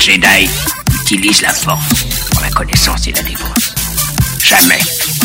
Jedi utilise la force pour la connaissance et la défense. Jamais.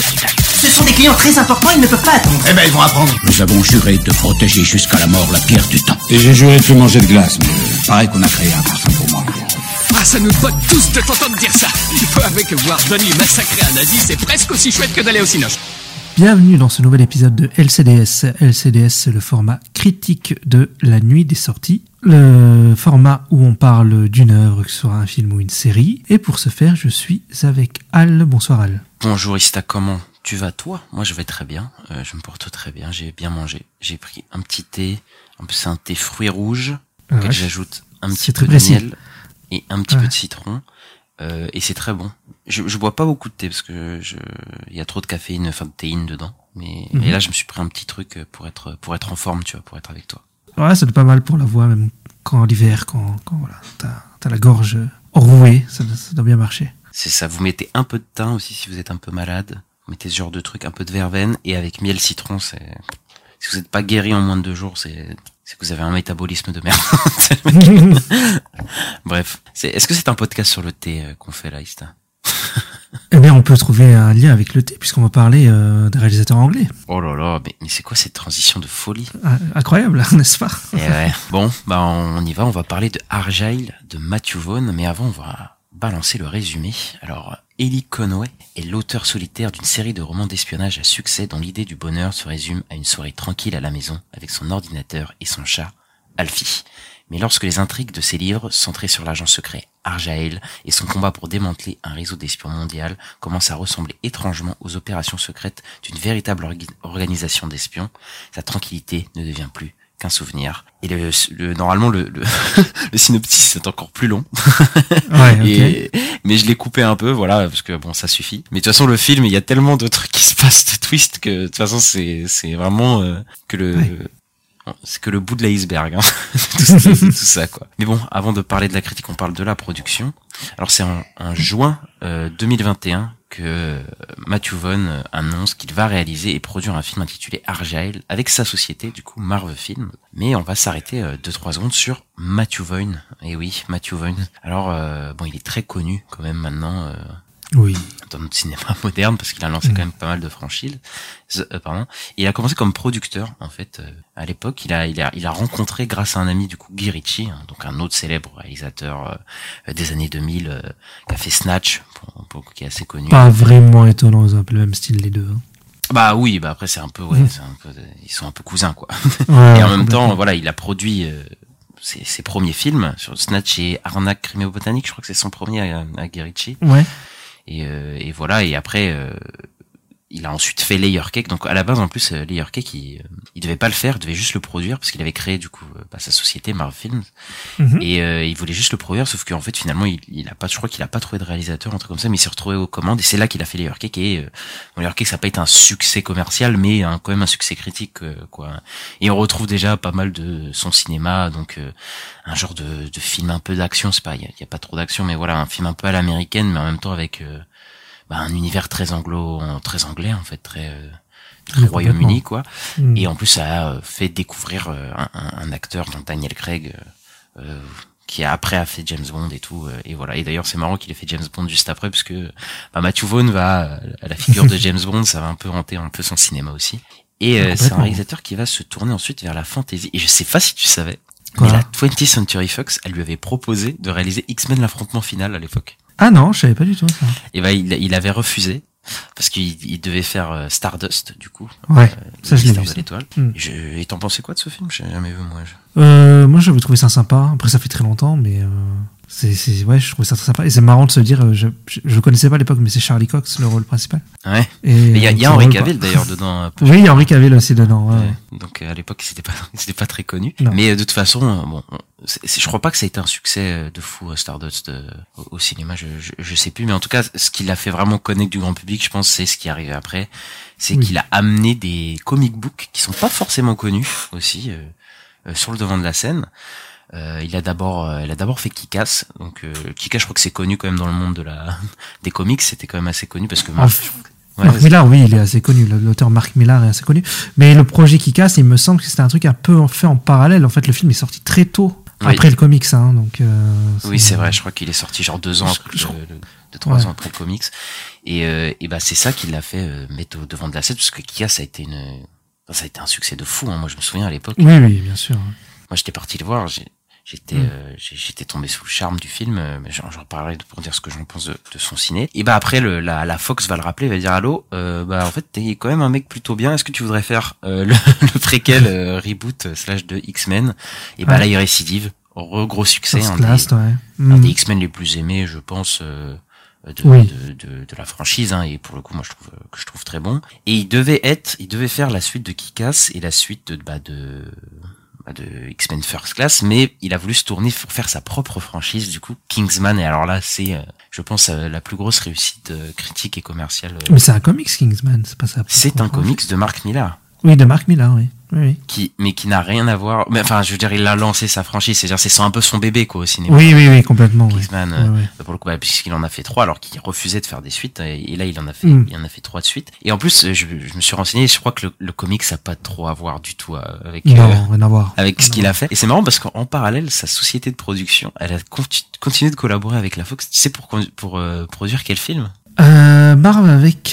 Ce sont des clients très importants, ils ne peuvent pas attendre. Eh ben, ils vont apprendre. Nous avons juré de protéger jusqu'à la mort la pierre du temps. Et j'ai juré de plus manger de glace, mais pareil qu'on a créé un parfum pour moi. Ah, ça nous botte tous de t'entendre dire ça. Il faut avouer que voir Donnie massacrer un nazi, c'est presque aussi chouette que d'aller au cinoche. Bienvenue dans ce nouvel épisode de LCDS. LCDS, c'est le format critique de la nuit des sorties. Le format où on parle d'une œuvre, que ce soit un film ou une série. Et pour ce faire, je suis avec Al. Bonsoir Al. Bonjour Ista, comment tu vas toi? Moi je vais très bien, je me porte très bien, j'ai bien mangé. J'ai pris un petit thé, en plus c'est un thé fruits rouges, auquel j'ajoute un petit peu de miel et un petit peu de citron. Et c'est très bon. Je bois pas beaucoup de thé parce que il y a trop de caféine, enfin de théine dedans. Mais et là je me suis pris un petit truc pour être en forme, tu vois, pour être avec toi. Ouais, c'est pas mal pour la voix, même quand l'hiver, quand voilà, t'as la gorge enrouée, ça doit bien marcher. C'est ça. Vous mettez un peu de thym aussi si vous êtes un peu malade. Vous mettez ce genre de truc, un peu de verveine et avec miel citron, si vous n'êtes pas guéri en moins de 2 jours, c'est que vous avez un métabolisme de merde. Bref. Est-ce que c'est un podcast sur le thé qu'on fait là, Ista? Eh bien, on peut trouver un lien avec le thé, puisqu'on va parler des réalisateurs anglais. Oh là là, mais c'est quoi cette transition de folie? Incroyable, n'est-ce pas? Et ouais. Bon, bah on y va, on va parler de Argylle, de Matthew Vaughn, mais avant, on va balancer le résumé. Alors, Ellie Conway est l'auteur solitaire d'une série de romans d'espionnage à succès dont l'idée du bonheur se résume à une soirée tranquille à la maison avec son ordinateur et son chat, Alfie. Mais lorsque les intrigues de ses livres, centrés sur l'agent secret Argylle et son combat pour démanteler un réseau d'espions mondial, commencent à ressembler étrangement aux opérations secrètes d'une véritable organisation d'espions, sa tranquillité ne devient plus qu'un souvenir. Et normalement le synopsis est encore plus long. Ouais, okay. Mais je l'ai coupé un peu, voilà, parce que bon, ça suffit. Mais de toute façon, le film, il y a tellement de trucs qui se passent, de twists, que de toute façon, c'est vraiment c'est que le bout de l'iceberg, hein. tout ça, quoi. Mais bon, avant de parler de la critique, on parle de la production. Alors c'est en juin 2021 que Matthew Vaughn annonce qu'il va réaliser et produire un film intitulé Argylle avec sa société, du coup Marvel Film. Mais on va s'arrêter 2-3 secondes sur Matthew Vaughn. Et oui, Matthew Vaughn. Alors bon, il est très connu quand même maintenant. Oui. Dans notre cinéma moderne, parce qu'il a lancé quand même pas mal de franchises. Il a commencé comme producteur, en fait. À l'époque, il a rencontré, grâce à un ami, du coup, Guy Ritchie, hein, donc un autre célèbre réalisateur des années 2000, qui a fait Snatch, qui est assez connu. Pas vraiment étonnant, ils ont un peu le même style, les deux. Hein. Bah oui, bah après c'est un peu, ils sont un peu cousins, quoi. Ouais, et en même temps, voilà, il a produit ses premiers films sur Snatch et Arnaque Criméo-Botanique, je crois que c'est son premier à Guy Ritchie. Ouais. Et voilà, et après il a ensuite fait Layer Cake. Donc à la base en plus Layer Cake il devait pas le faire, il devait juste le produire parce qu'il avait créé du coup sa société Marvel Films. Et il voulait juste le produire, sauf qu'en fait finalement il a pas, je crois qu'il a pas trouvé de réalisateur, un truc comme ça, mais il s'est retrouvé aux commandes et c'est là qu'il a fait Layer Cake. Et Layer Cake ça a pas été un succès commercial mais quand même un succès critique, quoi. Et on retrouve déjà pas mal de son cinéma, donc un genre de film un peu d'action, c'est pas, il y a pas trop d'action, mais voilà, un film un peu à l'américaine mais en même temps avec un univers très anglais en fait, très Royaume-Uni, quoi. Et en plus ça a fait découvrir un acteur, donc Daniel Craig, qui a fait James Bond et tout, et voilà. Et d'ailleurs c'est marrant qu'il ait fait James Bond juste après, parce que Matthew Vaughn va à la figure de James Bond, ça va un peu hanter un peu son cinéma aussi. Et c'est un réalisateur qui va se tourner ensuite vers la fantasy. Et je sais pas si tu savais, mais la 20th Century Fox, elle lui avait proposé de réaliser X-Men l'affrontement final à l'époque. Ah non, je savais pas du tout ça. Et il avait refusé parce qu'il devait faire Stardust, du coup. Ouais, ça je l'ai vu. L'étoile. Et t'en pensais quoi de ce film? J'ai jamais vu, moi. Moi j'avais trouvé ça sympa. Après ça fait très longtemps, mais ouais, je trouvais ça très sympa. Et c'est marrant de se dire, je connaissais pas à l'époque, mais c'est Charlie Cox le rôle principal. Ouais. Et il y a Henry Cavill d'ailleurs dedans. Oui, il y a Henry Cavill aussi dedans. Ouais. Donc à l'époque c'était pas très connu. Non. Mais de toute façon, bon, je crois pas que ça a été un succès de fou Stardust au cinéma. Je sais plus, mais en tout cas, ce qui l'a fait vraiment connaître du grand public, je pense, c'est ce qui est arrivé après. C'est qu'il a amené des comic books qui sont pas forcément connus aussi sur le devant de la scène. Il a d'abord fait Kick-Ass. Donc Kick-Ass, je crois que c'est connu quand même dans le monde des comics, c'était quand même assez connu parce que Mark Millar, oui, il est assez connu. L'auteur Mark Millar est assez connu. Mais le projet Kick-Ass, il me semble que c'était un truc un peu fait en parallèle. En fait, le film est sorti très tôt Après le comics, hein, donc. Oui, c'est vrai. Je crois qu'il est sorti genre 2 ans, 3 ans après le comics. Et bah c'est ça qui l'a fait mettre au devant de la scène, parce que Kick-Ass ça a été un succès de fou. Hein. Moi, je me souviens à l'époque. Oui, bien sûr. Moi, j'étais parti le voir. J'étais tombé sous le charme du film, mais j'en reparlerai pour dire ce que j'en pense de son ciné. Et bah après la Fox va le rappeler, va dire allô, bah en fait t'es quand même un mec plutôt bien. Est-ce que tu voudrais faire le préquel reboot / de X-Men? Et bah là il récidive, gros succès, un des X-Men les plus aimés, je pense. De la franchise, hein, et pour le coup moi je trouve très bon. Et il devait faire la suite de Kick-Ass et la suite de X-Men First Class, mais il a voulu se tourner pour faire sa propre franchise, du coup, Kingsman, et alors là, c'est, je pense, la plus grosse réussite critique et commerciale. Mais c'est un comics, Kingsman, c'est pas ça. C'est un comics de Mark Millar. Oui, de Mark Millar, oui. Qui n'a rien à voir, mais enfin, je veux dire, il a lancé sa franchise, c'est-à-dire, c'est un peu son bébé, quoi, au cinéma. Oui, complètement. Kingsman, pour le coup, puisqu'il en a fait 3, alors qu'il refusait de faire des suites, et là, il en a fait 3 de suite. Et en plus, je me suis renseigné, je crois que le comics a pas trop à voir du tout avec, rien à voir. Avec ce qu'il a fait. Et c'est marrant parce qu'en parallèle, sa société de production, elle a continué de collaborer avec la Fox. Tu sais pour produire quel film? Marvel avec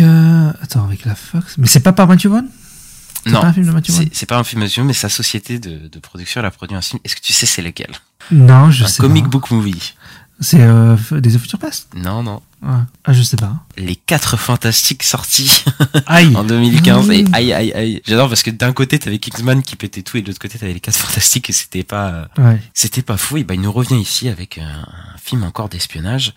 la Fox. Mais c'est pas par Matthew Vaughn? Non, pas un film de Matthew Vaughn. C'est pas un film de Matthew Vaughn, mais sa société de production, elle a produit un film. Est-ce que tu sais c'est lequel? Non, je sais pas. Un comic book movie. C'est des Future Past? Non. Ah, je sais pas. Les 4 Fantastiques sortis en 2015. Et aïe. J'adore parce que d'un côté t'avais Kingsman qui pétait tout et de l'autre côté t'avais les 4 Fantastiques et c'était pas fou. Et bah il nous revient ici avec un film encore d'espionnage.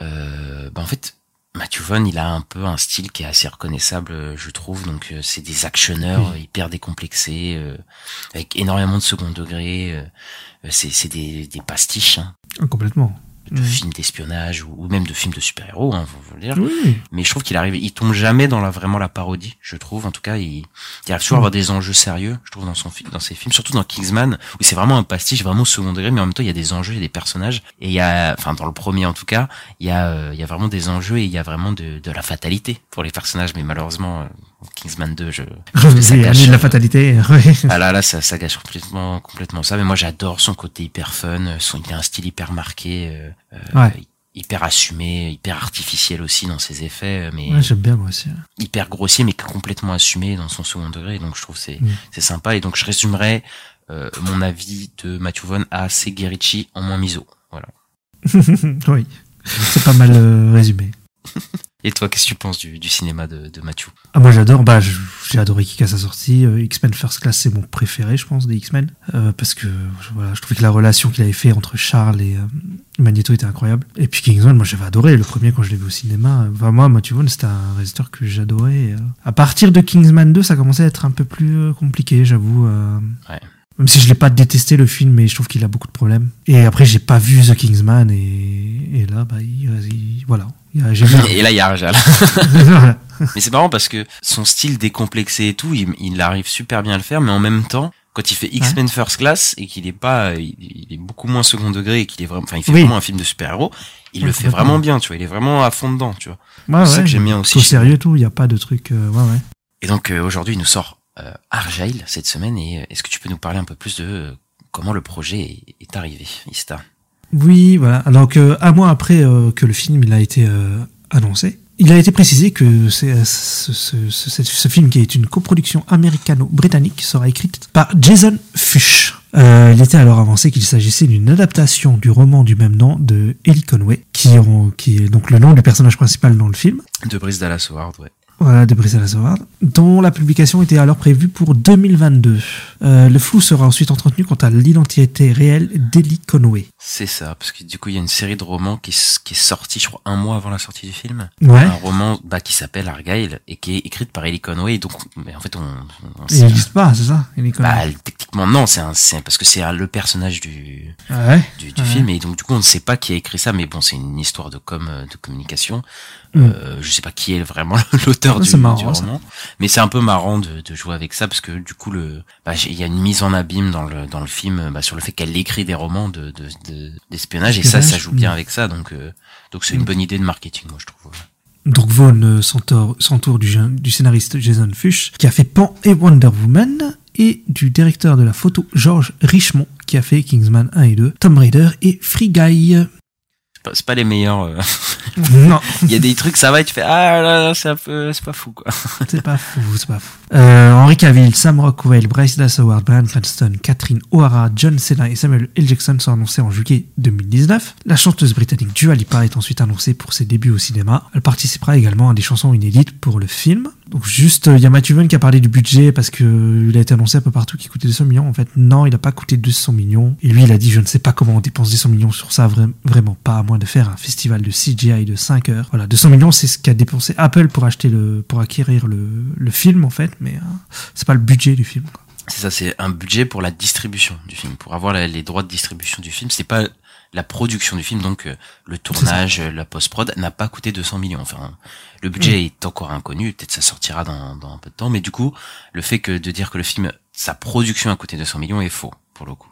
En fait, Matthew Vaughn, il a un peu un style qui est assez reconnaissable, je trouve. Donc c'est des actionneurs hyper décomplexés, avec énormément de second degré. C'est des pastiches. Hein. Complètement. De films d'espionnage ou même de films de super-héros, hein, faut le dire. Oui. Mais je trouve il tombe jamais dans vraiment la parodie, je trouve. En tout cas, il arrive toujours à avoir des enjeux sérieux, je trouve, dans ses films, surtout dans Kingsman, où c'est vraiment un pastiche, vraiment au second degré, mais en même temps, il y a des enjeux, il y a des personnages, et dans le premier, en tout cas, il y a vraiment des enjeux et il y a vraiment de la fatalité pour les personnages, mais malheureusement, Kingsman 2, ça gâche de la fatalité. Ah là, ça gâche complètement ça. Mais moi, j'adore son côté hyper fun. Il a un style hyper marqué, hyper assumé, hyper artificiel aussi dans ses effets. Mais j'aime bien moi aussi. Hyper grossier, mais complètement assumé dans son second degré. Donc je trouve c'est sympa. Et donc je résumerai mon avis de Matthew Vaughn à c'est Guy Ritchie en moins miso. Voilà. Oui, c'est pas mal résumé. Et toi, qu'est-ce que tu penses du cinéma de Matthew? Ah, moi j'adore, j'ai adoré Kick-Ass à sa sortie. X-Men First Class, c'est mon préféré, je pense, des X-Men. Parce que je trouvais que la relation qu'il avait fait entre Charles et Magneto était incroyable. Et puis Kingsman, moi j'avais adoré le premier quand je l'ai vu au cinéma. Enfin, moi, Matthew Vaughn, c'était un réalisateur que j'adorais. À partir de Kingsman 2, ça commençait à être un peu plus compliqué, j'avoue. Même si je l'ai pas détesté le film, mais je trouve qu'il a beaucoup de problèmes. Et après, j'ai pas vu The Kingsman et là, voilà. Et là, il y a Arjal. Mais c'est marrant parce que son style décomplexé et tout, il arrive super bien à le faire, mais en même temps, quand il fait X-Men First Class et qu'il est pas, il est beaucoup moins second degré et qu'il est vraiment, il fait vraiment un film de super-héros, il le fait vraiment bien, tu vois, il est vraiment à fond dedans, tu vois. C'est ça que j'aime bien aussi. Au sérieux, tout, il y a pas de truc, Et donc, aujourd'hui, il nous sort Argyle cette semaine, et est-ce que tu peux nous parler un peu plus de comment le projet est arrivé, Ista? Oui, voilà. Donc, un mois après que le film il a été annoncé, il a été précisé que ce film, qui est une coproduction américano-britannique, sera écrite par Jason Fuchs. Il était alors avancé qu'il s'agissait d'une adaptation du roman du même nom de Ellie Conway, qui est donc le nom du personnage principal dans le film. De Bryce Dallas Howard, Voilà, de Bryce Dallas Howard, dont la publication était alors prévue pour 2022. Le flou sera ensuite entretenu quant à l'identité réelle d'Ellie Conway. C'est ça, parce que du coup, il y a une série de romans qui est sortie, je crois, un mois avant la sortie du film. Ouais. Un roman qui s'appelle Argyle et qui est écrite par Ellie Conway. Donc, mais en fait, il n'existe pas, c'est ça, Ellie Conway. Techniquement, non, c'est parce que c'est le personnage du film, et donc du coup, on ne sait pas qui a écrit ça, mais bon, c'est une histoire de communication. Je sais pas qui est vraiment l'auteur du roman, mais c'est un peu marrant de jouer avec ça, parce que du coup il y a une mise en abîme dans le film sur le fait qu'elle écrit des romans d'espionnage, et ça joue bien avec ça, donc c'est une bonne idée de marketing, moi je trouve. Donc Vaughn s'entoure du scénariste Jason Fuchs, qui a fait Pan et Wonder Woman, et du directeur de la photo Georges Richemont qui a fait Kingsman 1 et 2, Tomb Raider et Free Guy. C'est pas les meilleurs. Non. Il y a des trucs, ça va, et tu fais là, c'est pas fou quoi. C'est pas fou. Henry Cavill, Sam Rockwell, Bryce Dallas Howard, Bryan Cranston, Catherine O'Hara, John Cena et Samuel L. Jackson sont annoncés en juillet 2019. La chanteuse britannique Dua Lipa est ensuite annoncée pour ses débuts au cinéma. Elle participera également à des chansons inédites pour le film. Donc juste, il y a Matthew Vaughn qui a parlé du budget parce que il a été annoncé un peu partout qu'il coûtait 200 millions. En fait, non, il a pas coûté 200 millions. Et lui, il a dit, je ne sais pas comment on dépense 200 millions sur ça, vraiment pas, à moins de faire un festival de CGI de 5 heures. Voilà, 200 millions, c'est ce qu'a dépensé Apple pour acquérir le film, en fait, mais c'est pas le budget du film, quoi. C'est ça, c'est un budget pour la distribution du film, pour avoir les droits de distribution du film. C'est pas la production du film, donc le tournage, la post-prod n'a pas coûté 200 millions. Enfin, le budget est encore inconnu, peut-être ça sortira dans un peu de temps, mais du coup, le fait de dire que le film, sa production a coûté 200 millions est faux, pour le coup.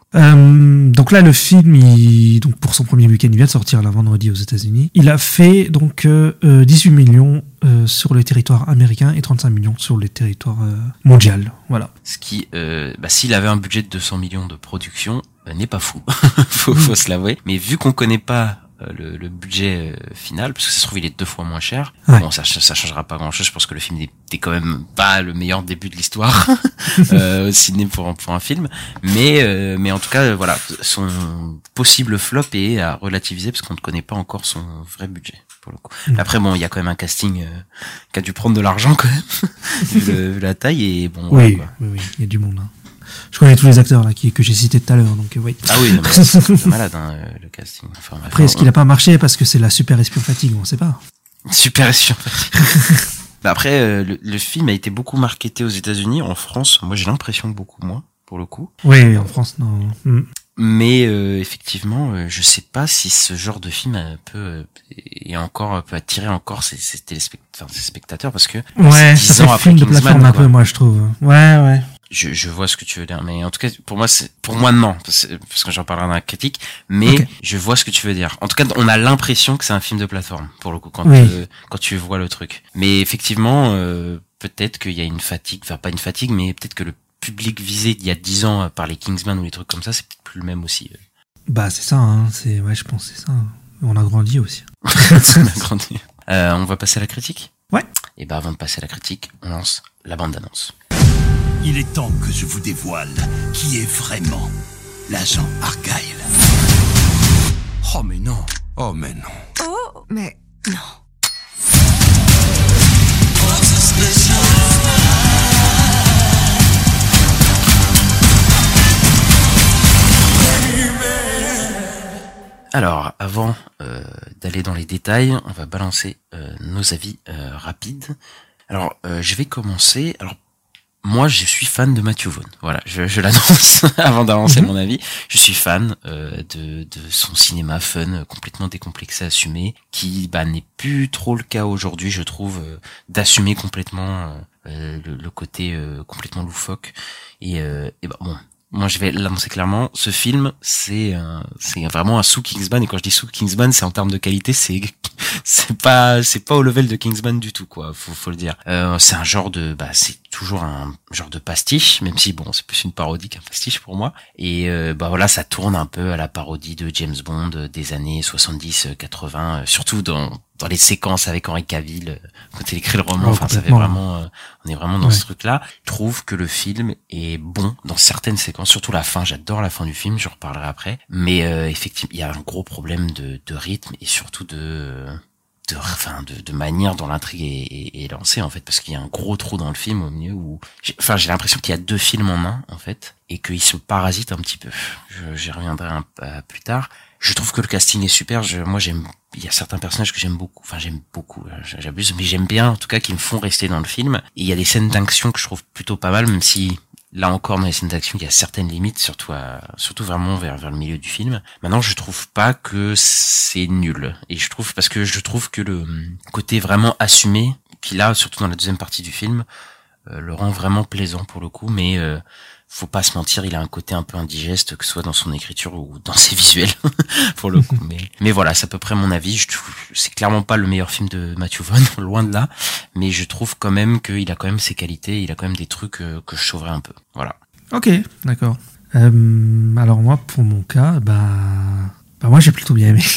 Donc là, le film, donc pour son premier week-end, il vient de sortir là vendredi aux États-Unis. Il a fait donc 18 millions sur le territoire américain et 35 millions sur le territoire mondial. Voilà. Ce qui, s'il avait un budget de 200 millions de production, n'est pas fou. faut se l'avouer. Mais vu qu'on connaît pas le budget final, parce que ça se trouve il est 2 fois moins cher. Ouais. Bon, ça changera pas grand chose. Je pense que le film n'est quand même pas le meilleur début de l'histoire au ciné pour un film. Mais en tout cas, voilà, son possible flop est à relativiser parce qu'on ne connaît pas encore son vrai budget pour le coup. Après bon, il y a quand même un casting qui a dû prendre de l'argent quand même vu la taille et bon. Oui, voilà, oui, il y a du monde. Hein. Je connais tous les acteurs là que j'ai cités tout à l'heure, donc oui. Ah oui, non, mais c'est malade le casting. Enfin, après, est-ce qu'il a pas marché parce que c'est la super espion fatigue, on sait pas. Super espion fatigue. Après, le film a été beaucoup marketé aux États-Unis. En France, moi j'ai l'impression beaucoup moins pour le coup. Oui, en France non. Mais effectivement, je sais pas si ce genre de film peut attirer encore ses spectateurs parce que ouais, c'est 10 ans après film de plateforme un peu, moi je trouve. Ouais. Je vois ce que tu veux dire, mais en tout cas pour moi non, parce que j'en parlerai dans la critique, mais okay. Je vois ce que tu veux dire. En tout cas, on a l'impression que c'est un film de plateforme pour le coup quand tu vois le truc. Mais effectivement, peut-être qu'il y a une fatigue, enfin pas une fatigue, mais peut-être que le public visé il y a 10 ans par les Kingsman ou les trucs comme ça, c'est peut-être plus le même aussi. Bah c'est ça, hein. Je pense que c'est ça. On a grandi aussi. On a grandi. On va passer à la critique. Ouais. Et bah avant de passer à la critique, on lance la bande-annonce. Il est temps que je vous dévoile qui est vraiment l'agent Argyle. Oh mais non. Oh mais non. Oh mais non. Alors, avant d'aller dans les détails, on va balancer nos avis rapides. Alors, je vais commencer. Alors, moi, je suis fan de Matthew Vaughn. Voilà, je l'annonce avant d'avancer mon avis. Je suis fan de son cinéma fun, complètement décomplexé, assumé, qui n'est plus trop le cas aujourd'hui, je trouve, d'assumer complètement le côté complètement loufoque. Et bon. Moi, je vais l'annoncer clairement. Ce film, c'est vraiment un sous Kingsman. Et quand je dis sous Kingsman, c'est en termes de qualité, c'est pas au level de Kingsman du tout, quoi. Faut le dire. C'est un genre c'est toujours un genre de pastiche, même si bon, c'est plus une parodie qu'un pastiche pour moi. Et voilà, ça tourne un peu à la parodie de James Bond des années 70, 80, surtout dans les séquences avec Henry Cavill quand il écrit le roman. Enfin, ça fait vraiment, on est vraiment dans ce truc-là. Je trouve que le film est bon dans certaines séquences, surtout la fin. J'adore la fin du film, je reparlerai après. Mais effectivement, il y a un gros problème de rythme et surtout de manière dont l'intrigue est lancée en fait, parce qu'il y a un gros trou dans le film au milieu où j'ai l'impression qu'il y a 2 films en un en fait et qu'ils se parasitent un petit peu. J'y reviendrai plus tard. Je trouve que le casting est super. Il y a certains personnages que j'aime beaucoup. Enfin, j'abuse, mais j'aime bien, en tout cas, qui me font rester dans le film. Et il y a des scènes d'action que je trouve plutôt pas mal, même si, là encore, dans les scènes d'action, il y a certaines limites, surtout vraiment vers le milieu du film. Maintenant, je trouve pas que c'est nul. Et parce que je trouve que le côté vraiment assumé qu'il a, surtout dans la deuxième partie du film, le rend vraiment plaisant pour le coup, mais faut pas se mentir, il a un côté un peu indigeste, que ce soit dans son écriture ou dans ses visuels, pour le coup. Mais voilà, c'est à peu près mon avis. C'est clairement pas le meilleur film de Matthew Vaughn, loin de là, mais je trouve quand même qu'il a quand même ses qualités, il a quand même des trucs que je sauverais un peu. Voilà. Ok, d'accord. Alors moi, pour mon cas, moi j'ai plutôt bien aimé.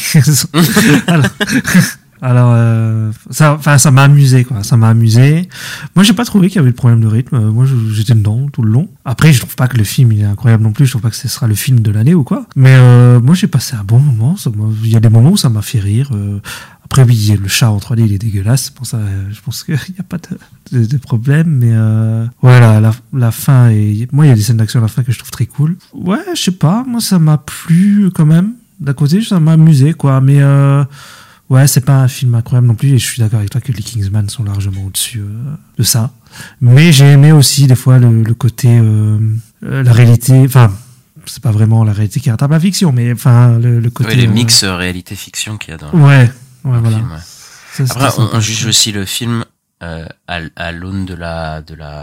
Alors, ça m'a amusé, quoi. Ça m'a amusé. Moi, j'ai pas trouvé qu'il y avait de problème de rythme. Moi, j'étais dedans tout le long. Après, je trouve pas que le film il est incroyable non plus. Je trouve pas que ce sera le film de l'année ou quoi. Mais moi, j'ai passé un bon moment. Il y a des moments où ça m'a fait rire. Après, oui, le chat en 3D, il est dégueulasse. Pour ça, je pense qu'il n'y a pas de problème. Mais voilà, la fin moi, il y a des scènes d'action à la fin que je trouve très cool. Ouais, je sais pas. Moi, ça m'a plu quand même. D'un côté, ça m'a amusé, quoi. Mais ouais, c'est pas un film incroyable non plus, et je suis d'accord avec toi que les Kingsman sont largement au-dessus de ça. Mais j'ai aimé aussi des fois le côté la réalité, enfin c'est pas vraiment la réalité qui rattrape la fiction, mais enfin le côté les mix réalité-fiction qu'il y a dans le voilà. film. Ouais. Ça, après, on juge aussi le film à l'aune de la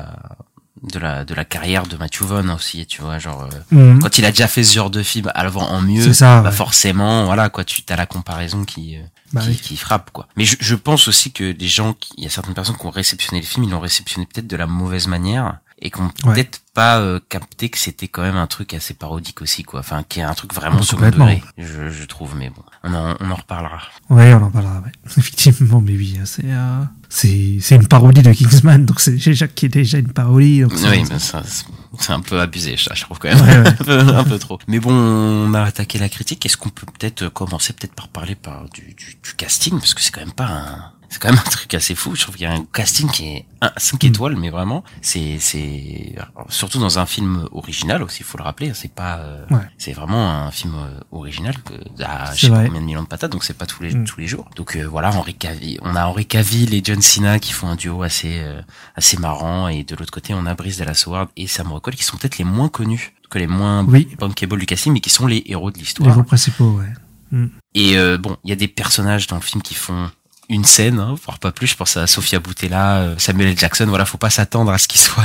carrière de Matthew Vaughn aussi, tu vois, genre quand il a déjà fait ce genre de film en mieux, forcément, voilà quoi, tu as la comparaison qui frappe, quoi. Mais je pense aussi que il y a certaines personnes qui ont réceptionné le film, ils l'ont réceptionné peut-être de la mauvaise manière et qui ont peut-être pas capté que c'était quand même un truc assez parodique aussi, quoi. Enfin, qui est un truc vraiment second degré, je trouve, mais bon, on en reparlera. Ouais, on en parlera, ouais. Effectivement, mais oui, c'est une parodie de Kingsman, donc c'est déjà une parodie. Donc oui, mais c'est un peu abusé, je trouve quand même, un peu trop. Mais bon, on a attaqué la critique. Est-ce qu'on peut peut-être commencer par parler du casting, parce que c'est quand même un truc assez fou. Je trouve qu'il y a un casting qui est 5 étoiles, mais vraiment, c'est surtout dans un film original aussi, il faut le rappeler. C'est pas, c'est vraiment un film original je sais pas combien de millions de patates, donc c'est pas tous les jours. Donc voilà, on a Henry Cavill et John Cena qui font un duo assez marrant, et de l'autre côté, on a Bryce Dallas Howard et Sam Rockwell qui sont peut-être les moins connus, que les moins bankable du casting, mais qui sont les héros de l'histoire. Les héros principaux, ouais. Et bon, il y a des personnages dans le film qui font une scène, voire pas plus. Je pense à Sophia Boutella, Samuel L. Jackson. Voilà, faut pas s'attendre à ce qu'ils soient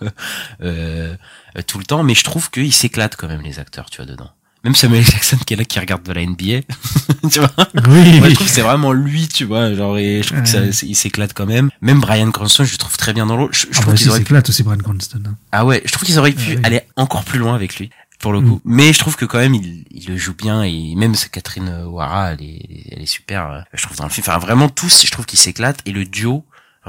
là tout le temps, mais je trouve qu'ils s'éclatent quand même, les acteurs, tu vois, dedans. Même Samuel L. Jackson qui est là, qui regarde de la NBA, tu vois. Oui. Moi, je trouve que c'est vraiment lui, tu vois, genre, et je trouve que il s'éclate quand même. Même Bryan Cranston, je le trouve très bien dans l'eau. Je trouve qu'ils auraient s'éclate aussi, Bryan Cranston. Ah ouais, je trouve qu'ils auraient pu aller encore plus loin avec lui, pour le coup. Mais je trouve que quand même, il le joue bien, et même Catherine O'Hara, elle est super, je trouve, dans le film. Enfin, vraiment tous, je trouve qu'ils s'éclatent, et le duo,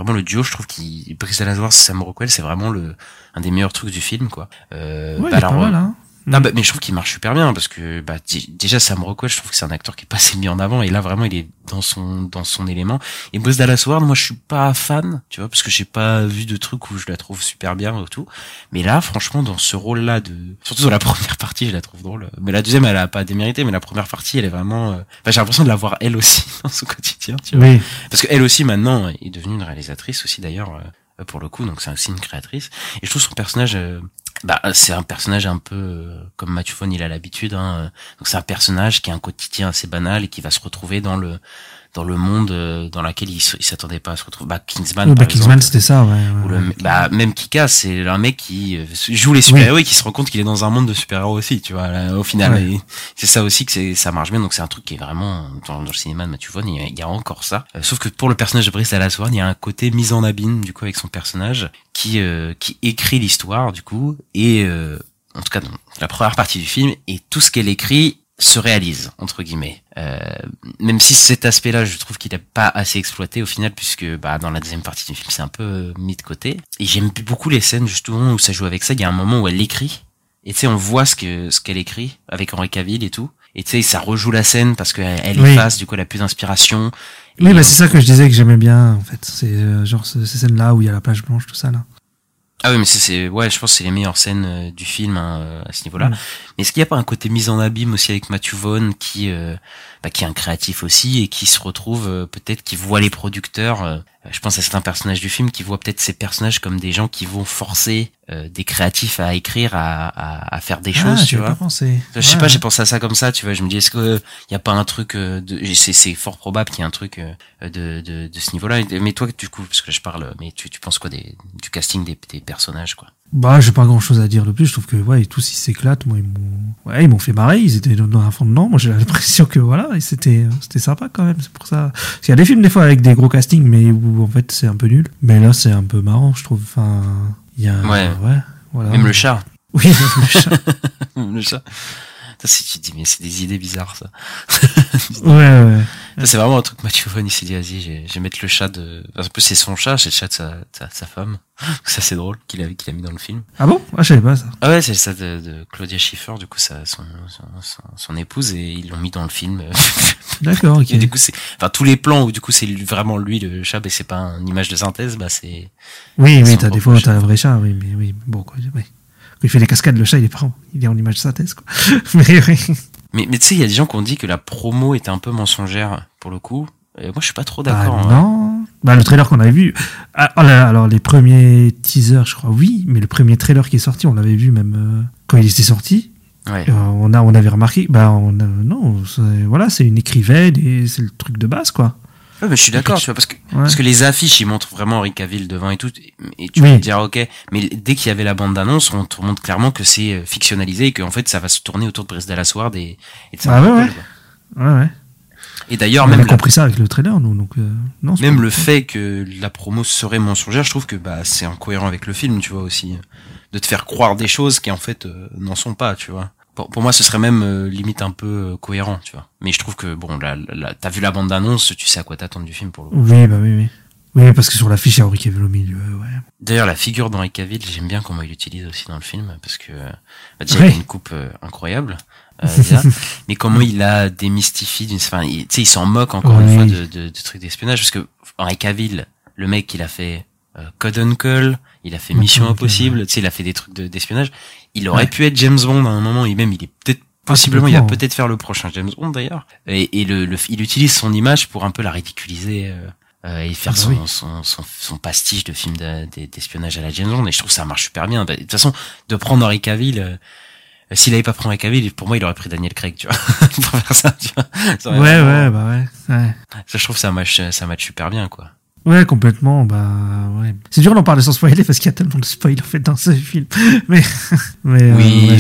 je trouve Bryce Dallas Howard, Sam Rockwell, c'est vraiment un des meilleurs trucs du film, quoi. Ouais, alors, pas mal, hein. Mais je trouve qu'il marche super bien, parce que déjà Sam Rockwell, je trouve que c'est un acteur qui est pas assez mis en avant, et là vraiment il est dans son élément. Et Bryce Dallas Howard, moi je suis pas fan, tu vois, parce que j'ai pas vu de trucs où je la trouve super bien et tout. Mais là, franchement, dans ce rôle-là, surtout dans la première partie, je la trouve drôle. Mais la deuxième, elle a pas démérité, mais la première partie, elle est vraiment. J'ai l'impression de la voir elle aussi dans son quotidien, tu vois. Oui. Parce que elle aussi maintenant est devenue une réalisatrice aussi d'ailleurs, pour le coup, donc c'est aussi une créatrice. Et je trouve son personnage. C'est un personnage un peu comme Matthew Vaughn, il a l'habitude, donc c'est un personnage qui a un quotidien assez banal et qui va se retrouver dans le monde dans lequel il s'attendait pas à se retrouver. Kingsman, par Kingsman, exemple, c'était ça, ouais. Même Kick-Ass, c'est un mec qui joue les super-héros et qui se rend compte qu'il est dans un monde de super-héros aussi, tu vois, là, au final. Ouais. Et c'est ça aussi que ça marche bien, donc c'est un truc qui est vraiment dans le cinéma de Matthew Vaughn, il y a encore ça. Sauf que pour le personnage de Bryce Dallas Howard, il y a un côté mise en abîme, du coup, avec son personnage, qui écrit l'histoire, du coup, et en tout cas dans la première partie du film, et tout ce qu'elle écrit se réalise, entre guillemets. Même si cet aspect-là, je trouve qu'il n'est pas assez exploité au final, puisque dans la deuxième partie du film, c'est un peu mis de côté. Et j'aime beaucoup les scènes justement où ça joue avec ça. Il y a un moment où elle écrit, et tu sais, on voit ce qu'elle écrit avec Henry Cavill et tout. Et tu sais, ça rejoue la scène parce qu'elle efface, du coup, elle a plus d'inspiration. Oui, c'est ça que je disais que j'aimais bien, en fait. C'est genre ces scènes-là où il y a la plage blanche, tout ça, là. Ah oui, mais je pense que c'est les meilleures scènes du film, à ce niveau-là. Mais est-ce qu'il n'y a pas un côté mise en abîme aussi avec Matthew Vaughn qui est un créatif aussi et qui se retrouve peut-être, qui voit les producteurs, je pense à certains personnages du film qui voient peut-être ces personnages comme des gens qui vont forcer des créatifs à écrire, à faire des choses, tu vois. Pas pensé. Je sais pas, j'ai pensé à ça comme ça, tu vois. Je me dis, est-ce que y a pas un truc c'est fort probable qu'il y ait un truc de ce niveau-là. Mais toi, du coup, parce que je parle, mais tu penses quoi du casting des personnages, quoi? J'ai pas grand chose à dire de plus. Je trouve que, tous ils s'éclatent. Moi, ils m'ont fait marrer. Ils étaient dans un fond dedans. Moi, j'ai l'impression que, c'était sympa quand même. C'est pour ça. Parce qu'il y a des films, des fois, avec des gros castings, mais où, en fait, c'est un peu nul. Mais là, c'est un peu marrant, je trouve. Enfin, il y a, voilà. Même le chat. Oui, le chat. Le chat. Ça, si tu te dis, mais c'est des idées bizarres, ça. Ouais. Ça, c'est vraiment un truc Matthew Vaughn, il s'est dit, vas-y, je vais mettre le chat de... En plus, c'est son chat, c'est le chat de sa femme. Ça, c'est drôle, qu'il a mis dans le film. Ah bon? Ah, je savais pas ça. Ah ouais, c'est le chat de Claudia Schiffer, du coup, son épouse, et ils l'ont mis dans le film. D'accord, ok. Et du coup, tous les plans où, du coup, c'est vraiment lui, le chat, c'est pas une image de synthèse, c'est... Oui, t'as des fois, t'as un vrai chat, oui, bon, quoi, oui. Quand il fait les cascades, le chat, il est en image de synthèse, quoi. Mais tu sais, il y a des gens qui ont dit que la promo était un peu mensongère, pour le coup. Et moi, je suis pas trop d'accord. Non. Le trailer qu'on avait vu. Alors, les premiers teasers, je crois, oui. Mais le premier trailer qui est sorti, on l'avait vu même quand il était sorti. Ouais. On avait remarqué. Non, c'est une écrivaine et c'est le truc de base, quoi. Ouais, mais je suis d'accord, tu vois, parce que les affiches, ils montrent vraiment Henry Cavill devant et tout, et tu peux te dire, ok, mais dès qu'il y avait la bande d'annonce, on te montre clairement que c'est fictionnalisé et qu'en fait, ça va se tourner autour de Bryce Dallas Howard et de ça. Ouais. Et d'ailleurs, on a compris ça avec le trailer, nous, donc, non. Même le fait que la promo serait mensongère, je trouve que, c'est incohérent avec le film, tu vois, aussi. De te faire croire des choses qui, en fait, n'en sont pas, tu vois. Pour moi, ce serait même limite un peu cohérent, tu vois. Mais je trouve que t'as vu la bande d'annonce, tu sais à quoi t'attendre du film pour le coup. Oui. Oui, parce que sur l'affiche, il y a Henry Cavill au milieu, ouais. D'ailleurs, la figure d'Henry Cavill, j'aime bien comment il l'utilise aussi dans le film, parce que déjà, il a une coupe incroyable, déjà, mais comment il a démystifié, tu sais, il s'en moque encore une fois de trucs d'espionnage, parce que Henry Cavill, le mec, il a fait Code Uncle, il a fait Mission Impossible, tu sais, il a fait des trucs d'espionnage. Il aurait pu être James Bond à un moment, il est peut-être possiblement, il va peut-être faire le prochain James Bond d'ailleurs. Et il utilise son image pour un peu la ridiculiser et faire son pastiche de film d'espionnage à la James Bond. Et je trouve que ça marche super bien. De toute façon, de prendre Henry Cavill, s'il avait pas pris Henry Cavill, pour moi, il aurait pris Daniel Craig, tu vois, pour faire ça, tu vois. Ouais. Ça, je trouve que ça match super bien, quoi. Ouais, complètement, ouais. C'est dur d'en parler sans spoiler parce qu'il y a tellement de spoil en fait dans ce film. Mais oui,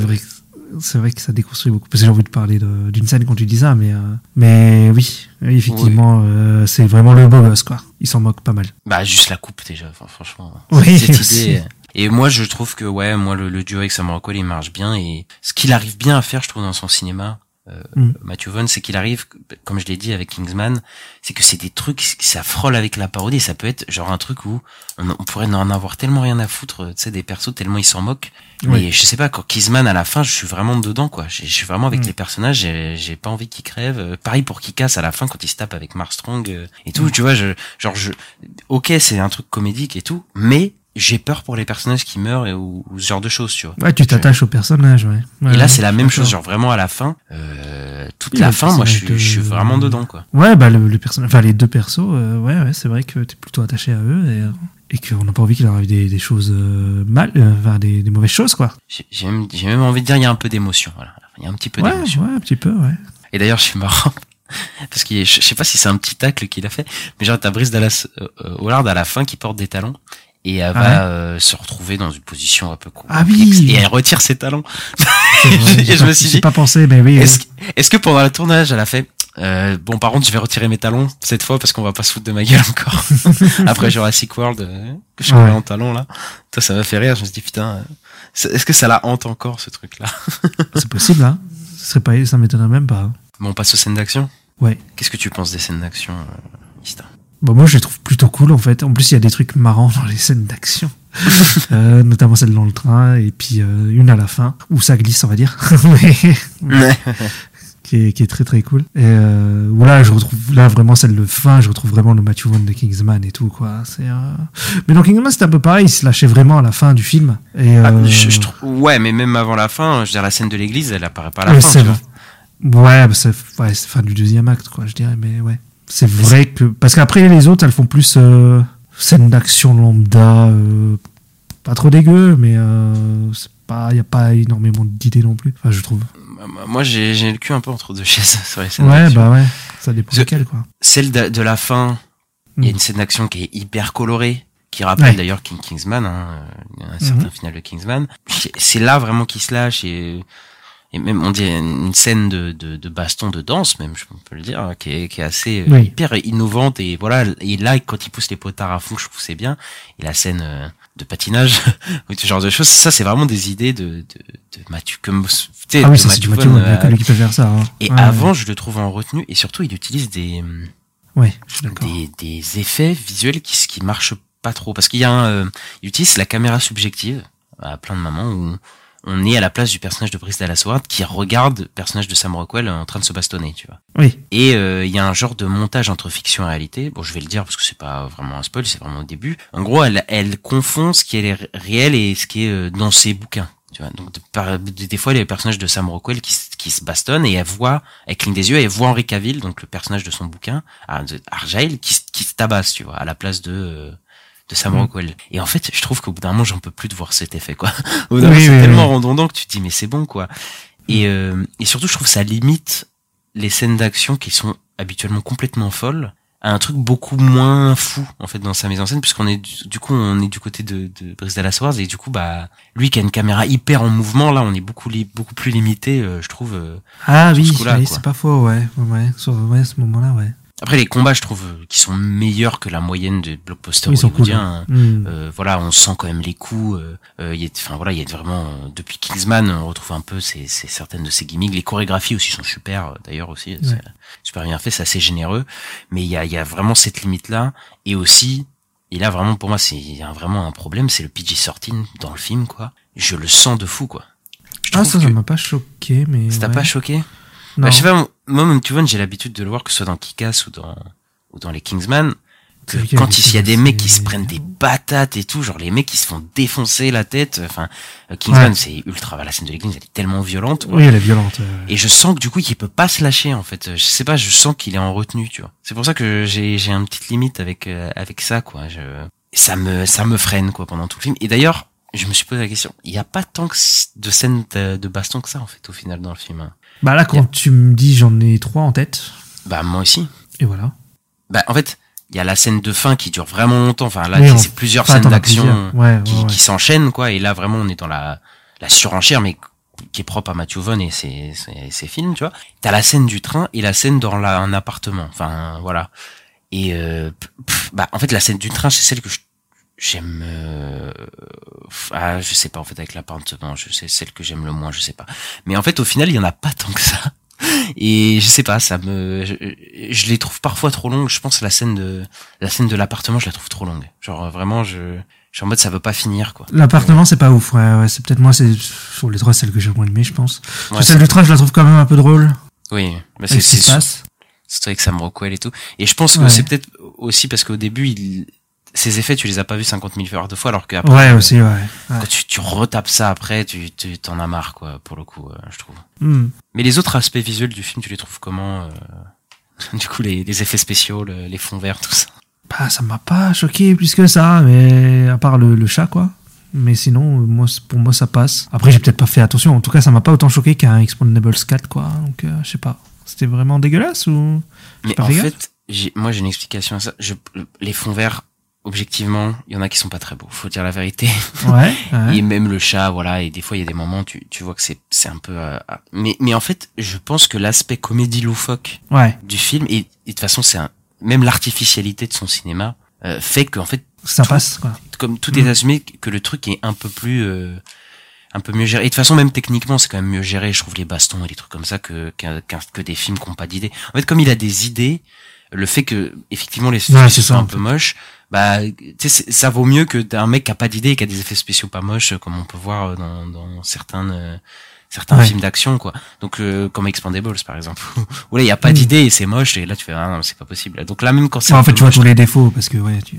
c'est vrai que ça déconstruit beaucoup. Parce que j'ai envie de parler d'une scène quand tu dis ça, mais oui, effectivement, c'est vraiment le beau gosse, quoi. Il s'en moque pas mal. Juste la coupe déjà, franchement. Oui, cette idée. Et moi, je trouve que le duo avec Sam Rockwell, il marche bien et ce qu'il arrive bien à faire, je trouve, dans son cinéma. Matthew Vaughn, c'est qu'il arrive, comme je l'ai dit avec Kingsman, c'est que c'est des trucs, ça frôle avec la parodie, ça peut être genre un truc où on pourrait en avoir tellement rien à foutre, tu sais, des persos tellement ils s'en moquent. Mais je sais pas, quand Kingsman à la fin, je suis vraiment dedans, quoi. Je suis vraiment avec les personnages, j'ai pas envie qu'ils crèvent. Pareil pour Kick-Ass à la fin quand il se tape avec Mark Strong et tout, tu vois, ok, c'est un truc comédique et tout, mais j'ai peur pour les personnages qui meurent ou ce genre de choses, tu vois. Ouais, tu t'attaches aux personnages, ouais. Et là, c'est la même chose, genre vraiment à la fin, toute la fin, moi, je suis vraiment dedans, quoi. Ouais, le personnage, les deux persos, ouais, c'est vrai que t'es plutôt attaché à eux et qu'on n'a pas envie qu'il leur arrive des choses des mauvaises choses, quoi. J'ai même envie de dire, il y a un peu d'émotion, voilà. Il y a un petit peu d'émotion. Ouais, un petit peu, ouais. Et d'ailleurs, je suis marrant. Parce que je sais pas si c'est un petit tacle qu'il a fait, mais genre, t'as Bryce Dallas Howard à la fin qui porte des talons. Et elle va se retrouver dans une position un peu complexe et elle retire ses talons. Et je me suis dit, j'ai pas pensé, mais oui. Est-ce que pendant le tournage, elle a fait par contre, je vais retirer mes talons cette fois parce qu'on va pas se foutre de ma gueule encore. Après Jurassic World, que je suis en talons là, ça m'a fait rire. Je me suis dit putain, est-ce que ça la hante encore ce truc-là? C'est possible, hein. Ça m'étonnerait même pas. Hein. Bon, on passe aux scènes d'action. Ouais. Qu'est-ce que tu penses des scènes d'action, Ista? Moi, je les trouve plutôt cool, en fait. En plus, il y a des trucs marrants dans les scènes d'action. Notamment celle dans le train, et puis une à la fin, où ça glisse, on va dire. qui est très très cool. Et je retrouve vraiment celle de fin, je retrouve vraiment le Matthew Vaughn de Kingsman et tout, quoi. Mais dans Kingsman, c'était un peu pareil, il se lâchait vraiment à la fin du film. Et, ouais, mais même avant la fin, je veux dire, la scène de l'église, elle apparaît pas à la fin. C'est c'est fin du deuxième acte, quoi, je dirais, mais ouais. C'est vrai que... Parce qu'après, les autres, elles font plus scène d'action lambda, pas trop dégueu, mais il n'y a pas énormément d'idées non plus, je trouve. Moi, j'ai le cul un peu entre deux chaises sur les scènes d'action. Ouais, ça dépend lesquelles, quoi. Celle de la fin, il y a une scène d'action qui est hyper colorée, qui rappelle d'ailleurs Kingsman, un certain final de Kingsman. C'est là vraiment qu'il se lâche et même on dit une scène de baston, de danse même, je peux le dire, qui est assez hyper innovante et voilà. Et là, quand il pousse les potards à fond, je trouve que c'est bien. Et la scène patinage ou ce genre de choses. Ça, c'est vraiment des idées de Matthew, comme, tu sais, Ah oui, de ça c'est du Matthew Matthew Vaughn, Vaughn, il y a que lui qui peut faire ça. Hein. Et Ouais, avant, je le trouve en retenue, et surtout, il utilise ouais, je suis d'accord. des effets visuels qui marchent pas trop, parce qu'il y a il utilise la caméra subjective à plein de moments où on est à la place du personnage de Bryce Dallas Howard qui regarde le personnage de Sam Rockwell en train de se bastonner, tu vois. Oui. Et il y a un genre de montage entre fiction et réalité. Bon, je vais le dire parce que c'est pas vraiment un spoil, c'est vraiment au début. En gros, elle confond ce qui est réel et ce qui est dans ses bouquins. Tu vois, donc des fois, il y a le personnage de Sam Rockwell qui se bastonne et elle cligne des yeux et elle voit Henry Cavill, donc le personnage de son bouquin, Argyle, qui se tabasse, tu vois, à la place de Sam Rockwell. Et en fait, je trouve qu'au bout d'un moment, j'en peux plus de voir cet effet, quoi. Au bout d'un moment, c'est tellement redondant que tu te dis, mais c'est bon, quoi. Et surtout, je trouve que ça limite les scènes d'action qui sont habituellement complètement folles à un truc beaucoup moins fou, en fait, dans sa mise en scène, puisqu'on est, du côté de Bryce Dallas Howard, et du coup, bah, lui qui a une caméra hyper en mouvement, là, on est beaucoup plus limité, je trouve. Ah oui, oui, c'est pas faux, ouais. Sur ce moment-là, ouais. Après, les combats, je trouve, qui sont meilleurs que la moyenne de blockbusters hollywoodiens. Voilà, on sent quand même les coups. Il y a vraiment, depuis Kingsman, on retrouve un peu certaines de ces gimmicks. Les chorégraphies aussi sont super, d'ailleurs aussi. Ouais. C'est super bien fait, c'est assez généreux. Mais il y a vraiment cette limite-là. Et aussi, et là, vraiment, pour moi, c'est vraiment un problème, c'est le PG-13 dans le film, quoi. Je le sens de fou, quoi. Ça m'a pas choqué, mais. Ça t'a pas choqué? Non. Bah, je sais pas, moi, même, tu vois, j'ai l'habitude de le voir, que ce soit dans Kick-Ass ou dans les Kingsman, que quand il y a des mecs qui se prennent des patates et tout, genre les mecs qui se font défoncer la tête, enfin, Kingsman, c'est ultra, la scène de l'église, elle est tellement violente. Oui, elle est violente. Et je sens que du coup, il peut pas se lâcher, en fait. Je sais pas, je sens qu'il est en retenue, tu vois. C'est pour ça que j'ai une petite limite avec ça, quoi. Ça me freine, quoi, pendant tout le film. Et d'ailleurs, je me suis posé la question, il y a pas tant de scènes de baston que ça, en fait, au final, dans le film, hein. Bah là, quand tu me dis, j'en ai 3 en tête. Bah, moi aussi. Et voilà. Bah, en fait, il y a la scène de fin qui dure vraiment longtemps. Enfin, là, c'est plusieurs scènes d'action qui s'enchaînent, quoi. Et là, vraiment, on est dans la surenchère, mais qui est propre à Matthew Vaughn et ses films, tu vois. T'as la scène du train et la scène dans un appartement. Enfin, voilà. Et, en fait, la scène du train, c'est celle que j'aime, je sais pas, en fait, avec l'appartement, c'est celle que j'aime le moins, je sais pas. Mais en fait, au final, il y en a pas tant que ça. Et je sais pas, je les trouve parfois trop longues. Je pense que la scène de l'appartement, je la trouve trop longue. Genre, vraiment, je suis en mode, ça veut pas finir, quoi. L'appartement, c'est pas ouf, ouais, c'est peut-être moi, c'est sur les 3, celle que j'ai le moins aimé, je pense. Ouais, celle du train, je la trouve quand même un peu drôle. Oui, bah c'est avec Sam Rockwell et tout. Et je pense que c'est peut-être aussi parce qu'au début, ces effets, tu les as pas vus 50 000 fois, alors qu'après. Ouais, aussi, ouais. Quand tu retapes ça après, tu t'en as marre, quoi, pour le coup, je trouve. Mais les autres aspects visuels du film, tu les trouves comment, du coup, les effets spéciaux, les fonds verts, tout ça? Bah, ça m'a pas choqué plus que ça, mais à part le chat, quoi. Mais sinon, pour moi, ça passe. Après, j'ai peut-être pas fait attention. En tout cas, ça m'a pas autant choqué qu'un Expendables 4, quoi. Donc, je sais pas. C'était vraiment dégueulasse ou? Mais en fait, moi, j'ai une explication à ça. Les fonds verts, objectivement, il y en a qui sont pas très beaux, faut dire la vérité. Ouais. Et même le chat, voilà, et des fois il y a des moments tu vois que c'est un peu mais en fait, je pense que l'aspect comédie loufoque du film et de toute façon même l'artificialité de son cinéma fait qu'en fait ça passe, quoi. Comme tout est assumé, que le truc est un peu mieux géré. Et de toute façon, même techniquement, c'est quand même mieux géré, je trouve, les bastons et les trucs comme ça que des films qui n'ont pas d'idées. En fait, comme il a des idées, le fait que effectivement les films sont un peu moches, bah, tu sais, ça vaut mieux que d'un mec qui a pas d'idée et qui a des effets spéciaux pas moches, comme on peut voir dans certains films d'action, quoi. Donc, comme Expendables, par exemple, où là, il y a pas d'idée et c'est moche, et là, tu fais, ah non, c'est pas possible. Donc là, même quand c'est en fait, tu vois tous les défauts, parce que,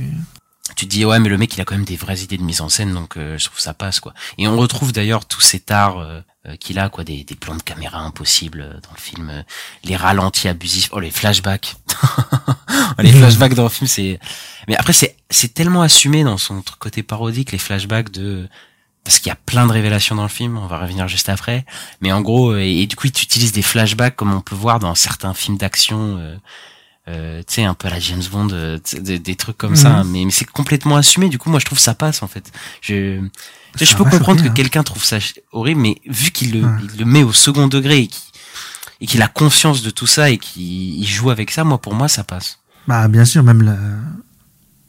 tu te dis, ouais, mais le mec, il a quand même des vraies idées de mise en scène, donc, je trouve ça passe, quoi. Et on retrouve d'ailleurs tous ces arts, qu'il a, quoi, des plans de caméra impossibles dans le film, les ralentis abusifs, les flashbacks. Les flashbacks dans le film, mais après, c'est tellement assumé dans son côté parodique, les flashbacks parce qu'il y a plein de révélations dans le film, on va revenir juste après. Mais en gros, et du coup, il utilise des flashbacks comme on peut voir dans certains films d'action, tu sais, un peu à la James Bond, des trucs comme ça, mais c'est complètement assumé. Du coup, moi, je trouve ça passe, en fait. Je peux comprendre que quelqu'un trouve ça horrible, mais vu qu'il le met au second degré et qu'il a conscience de tout ça et qu'il joue avec ça, pour moi, ça passe. Bah, bien sûr, même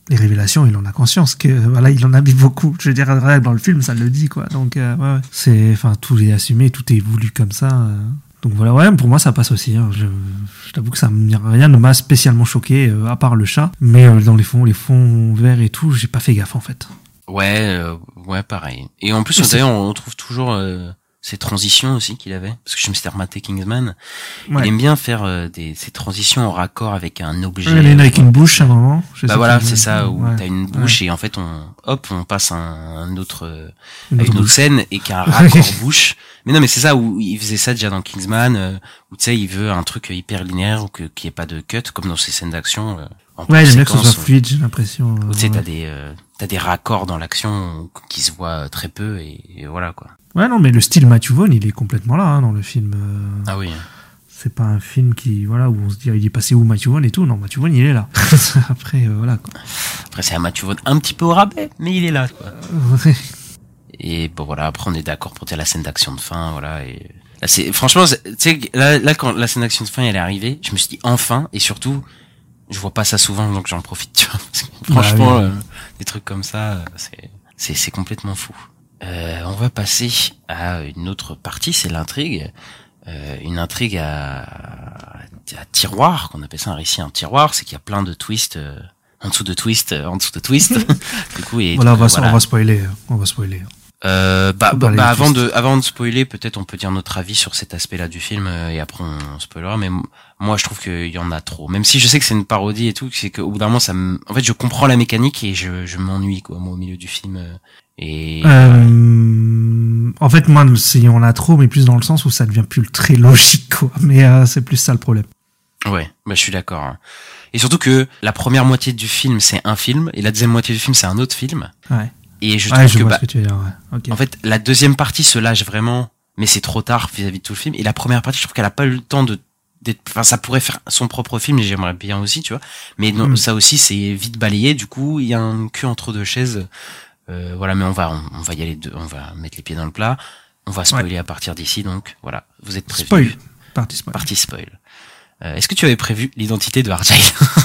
les révélations, il en a conscience que voilà, il en a mis beaucoup. Je veux dire, dans le film, ça le dit quoi. Donc ouais. C'est, enfin, tout est assumé, tout est voulu comme ça. Donc voilà, ouais, pour moi ça passe aussi. Hein. Je t'avoue que rien ne m'a spécialement choqué à part le chat. Mais dans les fonds verts et tout, j'ai pas fait gaffe en fait. Ouais, pareil. Et en plus, d'ailleurs, on trouve toujours ces transitions aussi qu'il avait, parce que je me suis rematé Kingsman. Ouais. Il aime bien faire ces transitions en raccord avec un objet. Il y en a avec une bouche à un moment. Bah voilà, c'est ça, où t'as une bouche et en fait on passe à une autre scène et qu'il y a un raccord bouche. Mais non, mais c'est ça où il faisait ça déjà dans Kingsman, où tu sais, il veut un truc hyper linéaire ou qu'il n'y ait pas de cut, comme dans ces scènes d'action. Ouais, j'aime bien que ce soit fluide, j'ai l'impression. Tu sais, t'as des raccords dans l'action qui se voient très peu et voilà quoi. Ouais, non, mais le style Matthew Vaughn, il est complètement là dans le film. Ah oui. C'est pas un film où on se dit il est passé où Matthew Vaughn et tout. Non, Matthew Vaughn, il est là. Après, voilà quoi. Après, c'est un Matthew Vaughn un petit peu au rabais, mais il est là quoi. Et bon voilà, après on est d'accord pour dire la scène d'action de fin, voilà. Et là, franchement, tu sais, là quand la scène d'action de fin elle est arrivée, je me suis dit enfin, et surtout, je vois pas ça souvent, donc j'en profite, tu vois. Parce que, franchement, des trucs comme ça, c'est complètement fou. On va passer à une autre partie, c'est l'intrigue. Une intrigue à tiroir, qu'on appelle ça un récit en tiroir, c'est qu'il y a plein de twists, en dessous de twists. Du coup, et voilà, on va spoiler. Avant de spoiler, peut-être on peut dire notre avis sur cet aspect-là du film et après on spoilera. Mais moi, je trouve qu'il y en a trop. Même si je sais que c'est une parodie et tout, c'est qu'au bout d'un moment, en fait, je comprends la mécanique et je m'ennuie quoi, moi, au milieu du film. En fait, moi, il y en a trop, mais plus dans le sens où ça devient plus très logique, quoi. Mais c'est plus ça le problème. Ouais, je suis d'accord. Hein. Et surtout que la première moitié du film, c'est un film, et la deuxième moitié du film, c'est un autre film. Ouais. Et je trouve que tu veux dire, okay. En fait, la deuxième partie se lâche vraiment, mais c'est trop tard vis-à-vis de tout le film. Et la première partie, je trouve qu'elle a pas eu le temps enfin, ça pourrait faire son propre film, et j'aimerais bien aussi, tu vois. Mais non, ça aussi, c'est vite balayé. Du coup, il y a un cul entre deux chaises. Voilà, mais on va y aller, on va mettre les pieds dans le plat. On va spoiler à partir d'ici, donc voilà, vous êtes prévenus. Partie spoil. Est-ce que tu avais prévu l'identité de Argyle?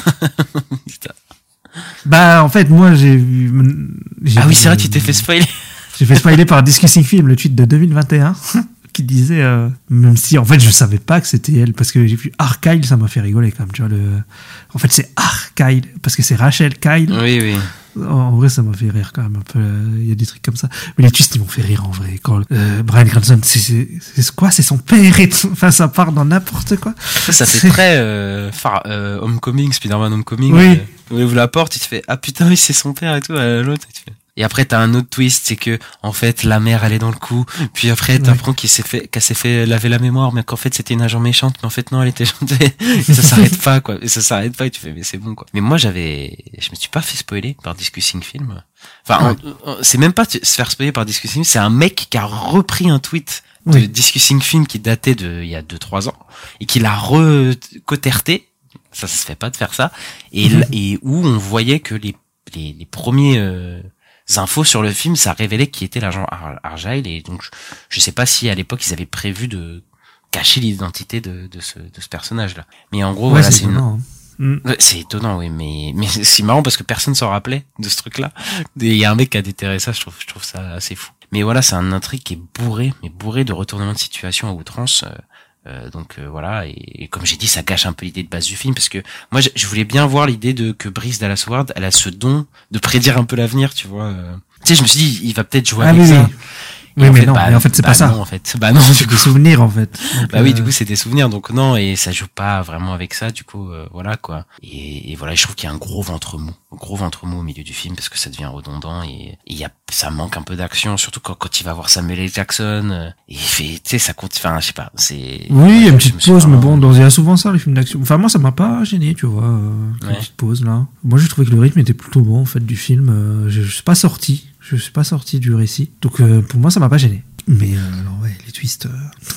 Bah, en fait, moi, j'ai vu... Ah oui, c'est vrai, tu t'es fait spoiler. J'ai fait spoiler par Discussing Film, le tweet de 2021, qui disait, même si, en fait, je savais pas que c'était elle, parce que j'ai vu Argyle, ça m'a fait rigoler, quand même, tu vois, en fait, c'est Argyle, parce que c'est Rachel Kyle. Oui. En vrai, ça m'a fait rire, quand même, un peu, il y a des trucs comme ça. Mais les twists, ils m'ont fait rire, en vrai. Quand, Bryan Cranston, c'est quoi? C'est son père et tout. Enfin, ça part dans n'importe quoi. Ça fait très, Homecoming, Spider-Man Homecoming. Oui. On ouvre la porte, il te fait, ah putain, oui, c'est son père et tout, l'autre, et après, t'as un autre twist, c'est que, en fait, la mère, elle est dans le coup. Puis après, t'apprends qu'elle s'est fait laver la mémoire, mais qu'en fait, c'était une agent méchante, mais en fait, non, elle était gentille. Et ça s'arrête pas, quoi. Et ça s'arrête pas, et tu fais, mais c'est bon, quoi. Mais moi, je me suis pas fait spoiler par Discussing Film. Enfin, c'est même pas se faire spoiler par Discussing Film, c'est un mec qui a repris un tweet de Discussing Film qui datait il y a 2-3 ans, et qui l'a recoterté. Ça se fait pas de faire ça. Et où on voyait que les premiers, infos sur le film, ça révélait qui était l'agent Argyle, et donc je sais pas si à l'époque ils avaient prévu de cacher l'identité de ce personnage-là. Mais en gros, voilà, c'est étonnant, oui, mais c'est marrant parce que personne s'en rappelait de ce truc-là. Il y a un mec qui a déterré ça, je trouve ça assez fou. Mais voilà, c'est un intrigue qui est bourré de retournements de situation à outrance. Donc voilà, et comme j'ai dit, ça gâche un peu l'idée de base du film, parce que moi je voulais bien voir l'idée que Bryce Dallas Howard, elle a ce don de prédire un peu l'avenir, tu vois. Tu sais, je me suis dit, il va peut-être jouer avec ça. Oui, mais non, mais en fait, c'est pas ça. Non, en fait. Bah non, c'est des souvenirs, en fait. Donc, oui, du coup, c'est des souvenirs, donc non, et ça joue pas vraiment avec ça, du coup, voilà, quoi. Et voilà, je trouve qu'il y a un gros ventre mou au milieu du film, parce que ça devient redondant, et ça manque un peu d'action, surtout quand il va voir Samuel L. Jackson, et il fait, tu sais, ça compte, enfin, je sais pas, c'est... Oui, il y a une petite pause, mais bon, il y a souvent ça, les films d'action. Enfin, moi, ça m'a pas gêné, tu vois, une petite pause, là. Moi, j'ai trouvé que le rythme était plutôt bon, en fait, du film. Je suis pas sorti du récit, donc pour moi, ça m'a pas gêné. Mais alors les twists.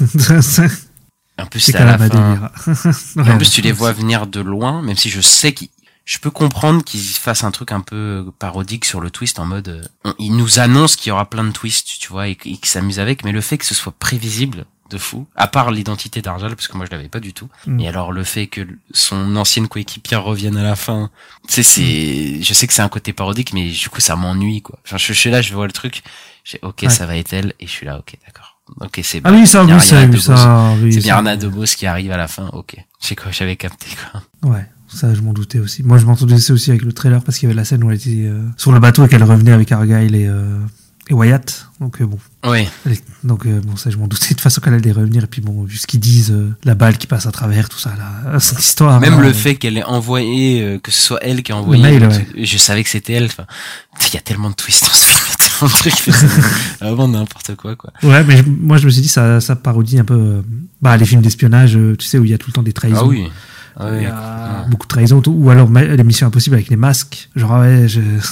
En plus, c'est à la fin. En plus, tu les vois venir de loin, même si je sais je peux comprendre qu'ils fassent un truc un peu parodique sur le twist, en mode, ils nous annoncent qu'il y aura plein de twists, tu vois, et qu'ils s'amusent avec, mais le fait que ce soit prévisible, de fou. À part l'identité d'Argyle, parce que moi je l'avais pas du tout. Et alors le fait que son ancienne coéquipière revienne à la fin, tu sais, je sais que c'est un côté parodique, mais du coup ça m'ennuie, quoi. Enfin, je suis là, je vois le truc, ok, ça va être elle, et je suis là, ok, d'accord. Ok, c'est bien. Ah oui, ça, oui, c'est bien Arna DeBose qui arrive à la fin, ok. Je sais quoi, j'avais capté, quoi. Ouais. Ça, je m'en doutais aussi. Moi, je m'en doutais aussi avec le trailer parce qu'il y avait la scène où elle était sur le bateau et qu'elle revenait avec Argyle et Wyatt. Donc bon. Oui. Donc bon, ça, je m'en doutais de toute façon qu'elle allait revenir. Et puis bon, vu ce qu'ils disent, la balle qui passe à travers, tout ça, là, cette histoire. Même le fait qu'elle ait envoyé, que ce soit elle qui a envoyé, le mail, je savais que c'était elle. Enfin, il y a tellement de twists dans ce film, il y a tellement de trucs, vraiment n'importe quoi. Ouais, mais moi, je me suis dit, ça parodie un peu, les films d'espionnage, tu sais, où il y a tout le temps des trahisons. Ah oui. Il y a beaucoup de trahisons, ou alors les Missions Impossibles avec les masques. Genre, oui,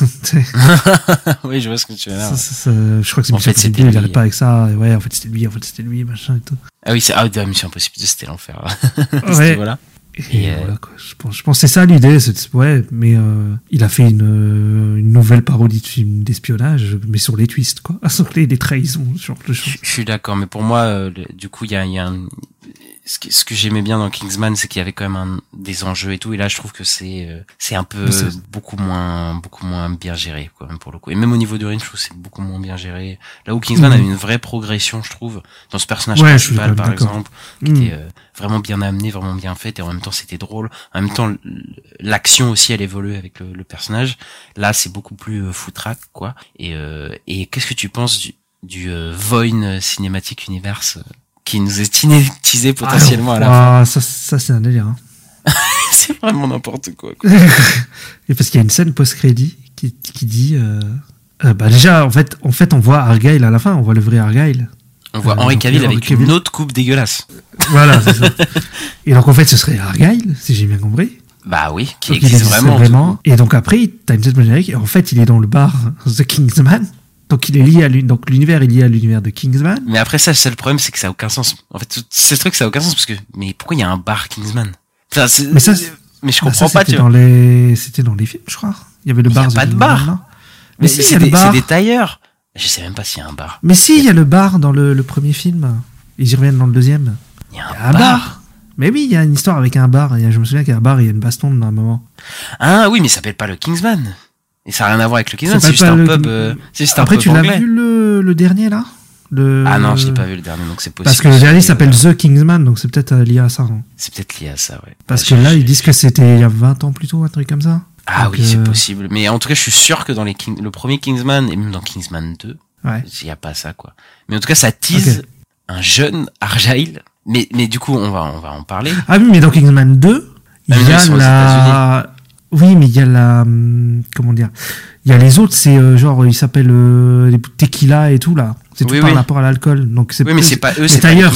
je vois ce que tu veux dire. Je crois que c'est Mission Impossible, il n'arrête pas avec ça. Et ouais, en fait, c'était lui, machin et tout. Ah oui, Mission Impossible 2, c'était l'enfer. Ouais. Voilà. Et voilà, quoi. Je pense que c'est ça l'idée. Ouais, mais il a fait une nouvelle parodie de film d'espionnage, mais sur les twists, quoi. Sur les trahisons. Je suis d'accord, mais pour moi, du coup, il y a un... Ce que j'aimais bien dans Kingsman, c'est qu'il y avait quand même des enjeux et tout, et là je trouve que c'est un peu beaucoup moins bien géré, quoi, même pour le coup. Et même au niveau de Ring, je trouve que c'est beaucoup moins bien géré. Là où Kingsman a une vraie progression, je trouve, dans ce personnage principal, par exemple, qui était vraiment bien amené, vraiment bien fait, et en même temps c'était drôle. En même temps, l'action aussi, elle évolue avec le personnage. Là, c'est beaucoup plus foutraque, quoi. Et qu'est-ce que tu penses du Voughn Cinematic Universe qui nous est teasé potentiellement à la fin. Ça c'est un délire. Hein. C'est vraiment n'importe quoi. Et parce qu'il y a une scène post-crédit qui dit déjà en fait on voit Argyle à la fin, on voit le vrai Argyle. On voit Henry Cavill avec une autre coupe dégueulasse. Voilà, c'est ça. Et donc en fait ce serait Argyle, si j'ai bien compris. Bah oui, qui donc, existe vraiment. Et donc après t'as une scène post-générique et en fait il est dans le bar The Kingsman. Donc il est lié donc l'univers est lié à l'univers de Kingsman. Mais après ça, le problème, c'est que ça a aucun sens. En fait, ce truc, ça a aucun sens parce que, mais pourquoi il y a un bar Kingsman? Enfin, mais je comprends pas, tu vois. C'était dans les films, je crois. Il y avait le bar. Il y a pas de bar. Non. Mais si, c'est des tailleurs. Je sais même pas s'il y a un bar. Mais si, il y a le bar dans le premier film. Ils y reviennent dans le deuxième. Il y a un bar. Mais oui, il y a une histoire avec un bar. Je me souviens qu'il y a un bar, il y a une baston à un moment. Ah oui, mais ça s'appelle pas le Kingsman. Et ça n'a rien à voir avec le Kingsman, c'est juste un pub. Après, tu l'as vu le dernier là? Ah non, je l'ai pas vu le dernier, donc c'est possible. Parce que le dernier s'appelle The Kingsman, donc c'est peut-être lié à ça. Hein. C'est peut-être lié à ça, ouais. Parce que là, ils disent que c'était il y a 20 ans plus tôt, un truc comme ça. Ah donc, oui, c'est possible. Mais en tout cas, je suis sûr que dans le premier Kingsman, et même dans Kingsman 2, il n'y a pas ça, quoi. Mais en tout cas, ça tease un jeune Argyle. Mais du coup, on va en parler. Ah oui, mais dans Kingsman 2, il y a la... Oui, mais il y a la... Comment dire? Il y a les autres, c'est genre, ils s'appellent les tequila et tout, là. C'est tout par rapport à l'alcool. Donc c'est mais c'est pas eux, c'est ailleurs,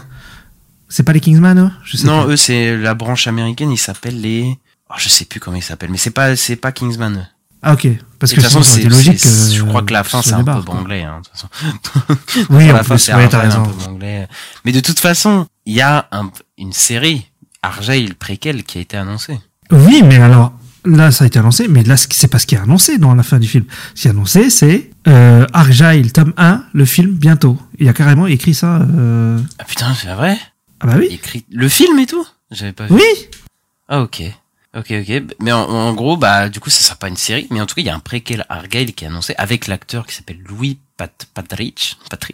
c'est pas les Kingsman, eux? Je sais non, pas. Eux, c'est la branche américaine, ils s'appellent les... Oh, je sais plus comment ils s'appellent, mais c'est pas Kingsman, eux. Ah, ok. Parce que de toute façon, c'est logique. Je crois que la fin, c'est un peu banglais, hein, de toute façon. Oui, la fin, c'est un raison. peu banglais. Mais de toute façon, il y a une série, Argyle préquel, qui a été annoncée. Oui, mais alors, là, ça a été annoncé, mais là, c'est pas ce qui est annoncé dans la fin du film. Ce qui est annoncé, c'est Argyle, tome 1, le film, bientôt. Il y a carrément écrit ça. Ah putain, c'est vrai? Ah bah oui. Il écrit le film et tout? J'avais pas vu. Oui. Ah ok. Mais en gros, du coup, ça sera pas une série, mais en tout cas, il y a un préquel Argyle qui est annoncé avec l'acteur qui s'appelle Louis Patridge,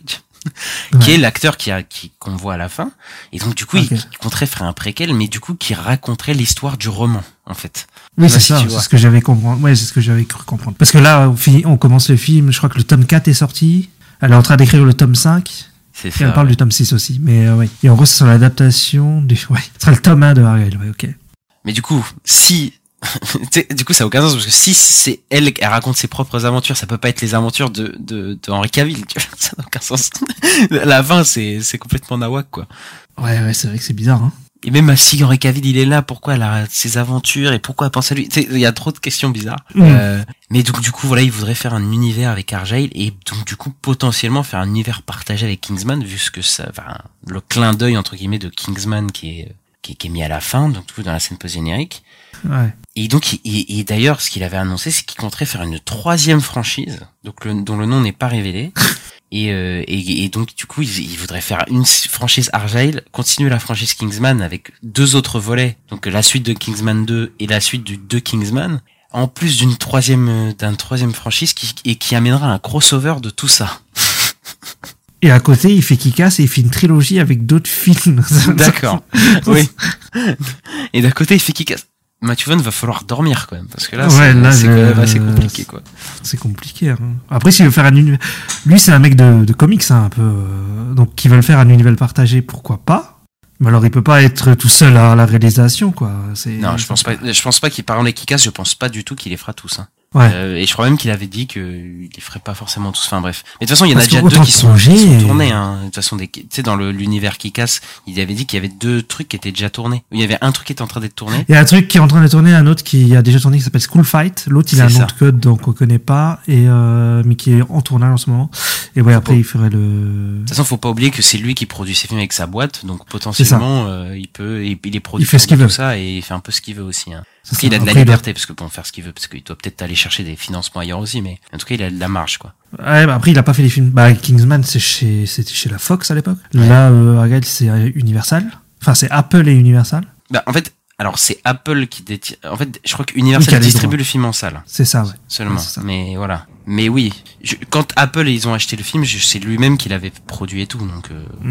qui est l'acteur qu'on voit à la fin. Et donc, du coup, il compterait faire un préquel, mais du coup, qui raconterait l'histoire du roman, en fait. Oui, c'est ça, c'est ce que j'avais compris. Ouais, c'est ce que j'avais cru comprendre. Parce que là, on commence le film, je crois que le tome 4 est sorti. Elle est en train d'écrire le tome 5. C'est ça. Et elle parle du tome 6 aussi. Mais ouais. Et en gros, c'est sur l'adaptation ce sera le tome 1 de Argyle, ouais, ok. Mais du coup, du coup, ça n'a aucun sens, parce que si c'est elle raconte ses propres aventures, ça peut pas être les aventures de Henry Cavill, tu vois, ça n'a aucun sens. La fin, c'est complètement nawak, quoi. Ouais, c'est vrai que c'est bizarre, hein. Et même si Henry Cavill, il est là, pourquoi elle a ses aventures, et pourquoi elle pense à lui? Il y a trop de questions bizarres. Mais donc, du coup, voilà, il voudrait faire un univers avec Argyle, et donc, du coup, potentiellement faire un univers partagé avec Kingsman, vu ce que ça, le clin d'œil, entre guillemets, de Kingsman, qui est qui est mis à la fin, donc tout dans la scène post-générique. Ouais. Et donc, et d'ailleurs, ce qu'il avait annoncé, c'est qu'il compterait faire une 3e franchise, donc dont le nom n'est pas révélé. Et donc, du coup, il voudrait faire une franchise Argyle, continuer la franchise Kingsman avec 2 autres volets, donc la suite de Kingsman 2 et la suite du 2 Kingsman, en plus d'une troisième franchise qui amènera un crossover de tout ça. Et à côté, il fait Kick-Ass et il fait une trilogie avec d'autres films. D'accord. Oui. Et d'un côté, il fait Kick-Ass. Matthew Vaughn va falloir dormir quand même, parce que là, c'est quand même assez compliqué, quoi. C'est compliqué. Hein. Après, s'il veut faire un univers, lui, c'est un mec de comics, hein, un peu. Donc, qui veut le faire un univers partagé, pourquoi pas. Mais alors, il peut pas être tout seul à la réalisation, quoi. Non, je pense pas qu'il parle les Kick-Ass, je pense pas du tout qu'il les fera tous, hein. Ouais. Et je crois même qu'il avait dit qu'il les ferait pas forcément tous. Enfin bref. Mais de toute façon, il y en a Parce déjà que 2 qui sont tournés. Hein. De toute façon, tu sais, dans l'univers Kick-Ass, il avait dit qu'il y avait 2 trucs qui étaient déjà tournés. Il y avait un truc qui était en train d'être tourné. Il y a un truc qui est en train de tourner, un autre qui a déjà tourné qui s'appelle School Fight. L'autre, il a un nom de code donc on connaît pas, mais qui est en tournage en ce moment. Et ouais, après, il ferait le. De toute façon, faut pas oublier que c'est lui qui produit ses films avec sa boîte, donc potentiellement, il est producteur il fait ce qu'il de veut. tout ça et il fait un peu ce qu'il veut aussi. Hein. Parce qu'il a de la liberté, parce que bon, faire ce qu'il veut, parce qu'il doit peut-être aller chercher des financements ailleurs aussi, mais en tout cas, il a de la marge, quoi. Ouais, bah après, il a pas fait les films. Bah, Kingsman, c'était chez la Fox à l'époque. Ouais. Là, Argyle, c'est Universal. Enfin, c'est Apple et Universal. Bah, en fait, alors c'est Apple qui détient. En fait, je crois que Universal distribue le film en salle. C'est ça, ouais. Seulement. Ouais, c'est ça. Mais voilà. Mais oui, quand Apple ils ont acheté le film, c'est lui-même qui l'avait produit et tout, donc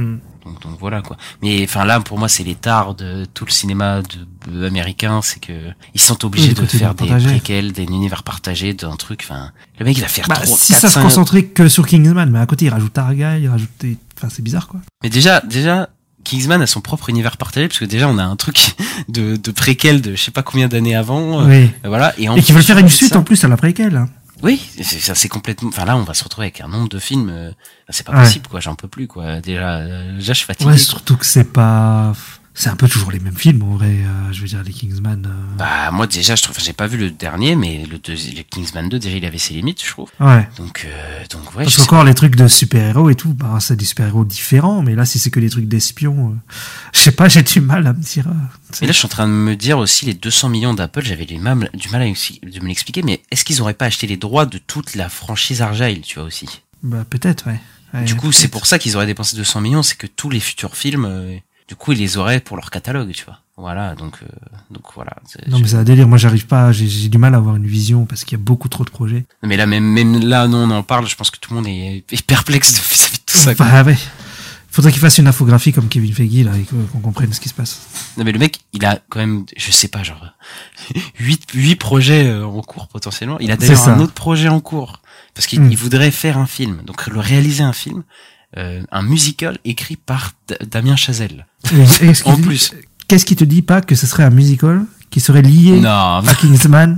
voilà quoi. Mais enfin là, pour moi, c'est l'étard de tout le cinéma américain, c'est que ils sont obligés de faire des préquels, des univers partagés, d'un truc. Enfin, le mec il va faire 3, si 4, ça 5... se concentrait que sur Kingsman, mais à côté il rajoute Argyle, il rajoute enfin c'est bizarre quoi. Mais déjà Kingsman a son propre univers partagé, parce que déjà on a un truc de préquel de je sais pas combien d'années avant, oui. Voilà, et qui veulent faire une suite en plus à la préquel. Hein. Oui, ça c'est complètement. Enfin là, on va se retrouver avec un nombre de films. C'est pas possible, quoi. J'en peux plus, quoi. Déjà, je suis fatigué. Ouais, surtout que c'est un peu toujours les mêmes films, en vrai. Je veux dire, les Kingsman. Bah moi déjà, je trouve. J'ai pas vu le dernier, mais le Kingsman 2, déjà, il avait ses limites, je trouve. Ouais. Donc ouais. Parce qu'encore les trucs de super-héros et tout, bah c'est des super-héros différents. Mais là, si c'est que des trucs d'espions, je sais pas, j'ai du mal à me dire. Mais là, je suis en train de me dire aussi les 200 millions d'Apple. J'avais du mal de me l'expliquer, mais est-ce qu'ils auraient pas acheté les droits de toute la franchise Argyle, tu vois aussi? Bah peut-être, ouais. Du coup, c'est pour ça qu'ils auraient dépensé 200 millions, c'est que tous les futurs films, du coup, ils les auraient pour leur catalogue, tu vois. Voilà, donc voilà. Non, mais c'est un délire. Moi, j'arrive pas, j'ai du mal à avoir une vision parce qu'il y a beaucoup trop de projets. Mais là, même là, non, on en parle, je pense que tout le monde est perplexe vis-à-vis de tout ça. Bah ouais. Faudrait qu'il fasse une infographie comme Kevin Feige, là, et qu'on comprenne ce qui se passe. Non, mais le mec, il a quand même, je sais pas, genre, 8 projets en cours, potentiellement. Il a d'ailleurs un autre projet en cours. Parce qu'il voudrait faire un film. Donc, réaliser un film, un musical écrit par Damien Chazelle. En plus. Qu'est-ce qui te dit pas que ce serait un musical qui serait lié à Kingsman?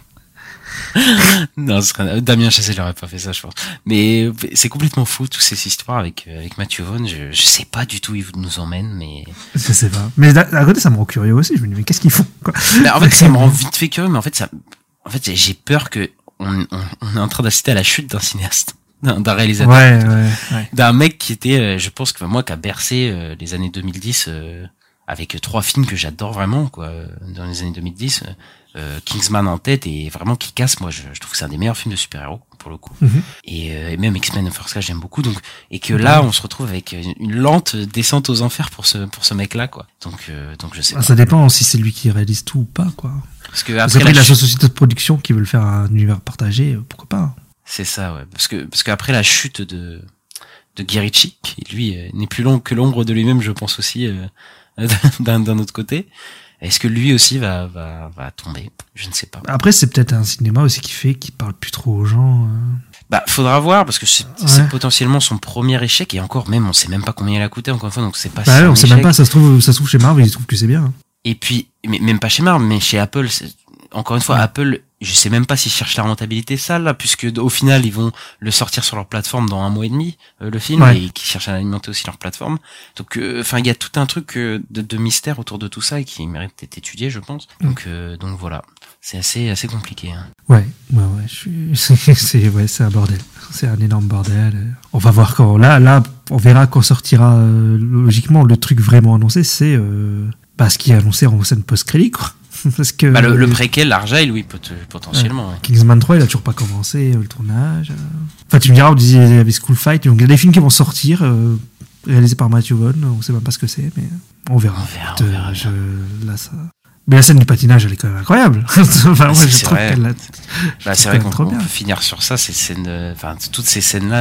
Non, Damien Chazelle n'aurait pas fait ça, je pense. Mais c'est complètement fou, toutes ces histoires avec Matthew Vaughn. Je sais pas du tout où ils nous emmènent, mais... Je sais pas. Mais d'un côté, ça me rend curieux aussi. Je me dis, mais qu'est-ce qu'ils font, quoi? En fait, ça me rend vite fait curieux, mais en fait, j'ai peur que on est en train d'assister à la chute d'un cinéaste. D'un réalisateur. Ouais. D'un mec qui était, je pense que moi, qui a bercé les années 2010, avec 3 films que j'adore vraiment, quoi, dans les années 2010, Kingsman en tête, et vraiment qui casse. Moi, je trouve que c'est un des meilleurs films de super-héros, pour le coup. Et même X-Men First Class, j'aime beaucoup. Donc, et que là, on se retrouve avec une lente descente aux enfers pour ce mec-là, quoi. Donc je sais pas. Ça dépend si c'est lui qui réalise tout ou pas, quoi. Parce que après la société de production qui veut le faire un univers partagé, pourquoi pas? C'est ça, ouais. Parce que après la chute de Guy, qui lui n'est plus long que l'ombre de lui-même, je pense aussi, d'un autre côté. Est-ce que lui aussi va tomber? Je ne sais pas. Après, c'est peut-être un cinéma aussi qui parle plus trop aux gens. Bah, faudra voir, parce que c'est potentiellement son premier échec, et encore même, on sait même pas combien il a coûté, encore une fois, donc c'est pas si on sait même pas, ça se trouve chez Marvel, ils trouvent que c'est bien. Et puis, mais même pas chez Marvel, mais chez Apple, encore une fois, Apple, je sais même pas s'ils cherchent la rentabilité sale, là, puisque au final, ils vont le sortir sur leur plateforme dans 1 mois et demi, le film, et qui cherchent à alimenter aussi leur plateforme. Donc, enfin, il y a tout un truc de mystère autour de tout ça, et qui mérite d'être étudié, je pense. Donc voilà. C'est assez compliqué, hein. Ouais, c'est un bordel. C'est un énorme bordel. On va voir quand, là, on verra quand sortira, logiquement, le truc vraiment annoncé, c'est ce qui est annoncé en scène post-crédit, quoi. Parce que le préquel, l'Argyle, oui, potentiellement. Ouais. Kingsman 3, il a toujours pas commencé le tournage. Enfin, tu me diras, on disait il y avait School Fight, donc il y a des films qui vont sortir, réalisés par Matthew Vaughn, on sait même pas ce que c'est, mais on verra. Là, ça... Mais la scène du patinage, elle est quand même incroyable. Enfin, moi, je trouve qu'elle c'est vrai qu'on peut finir sur ça, ces scènes, toutes ces scènes-là.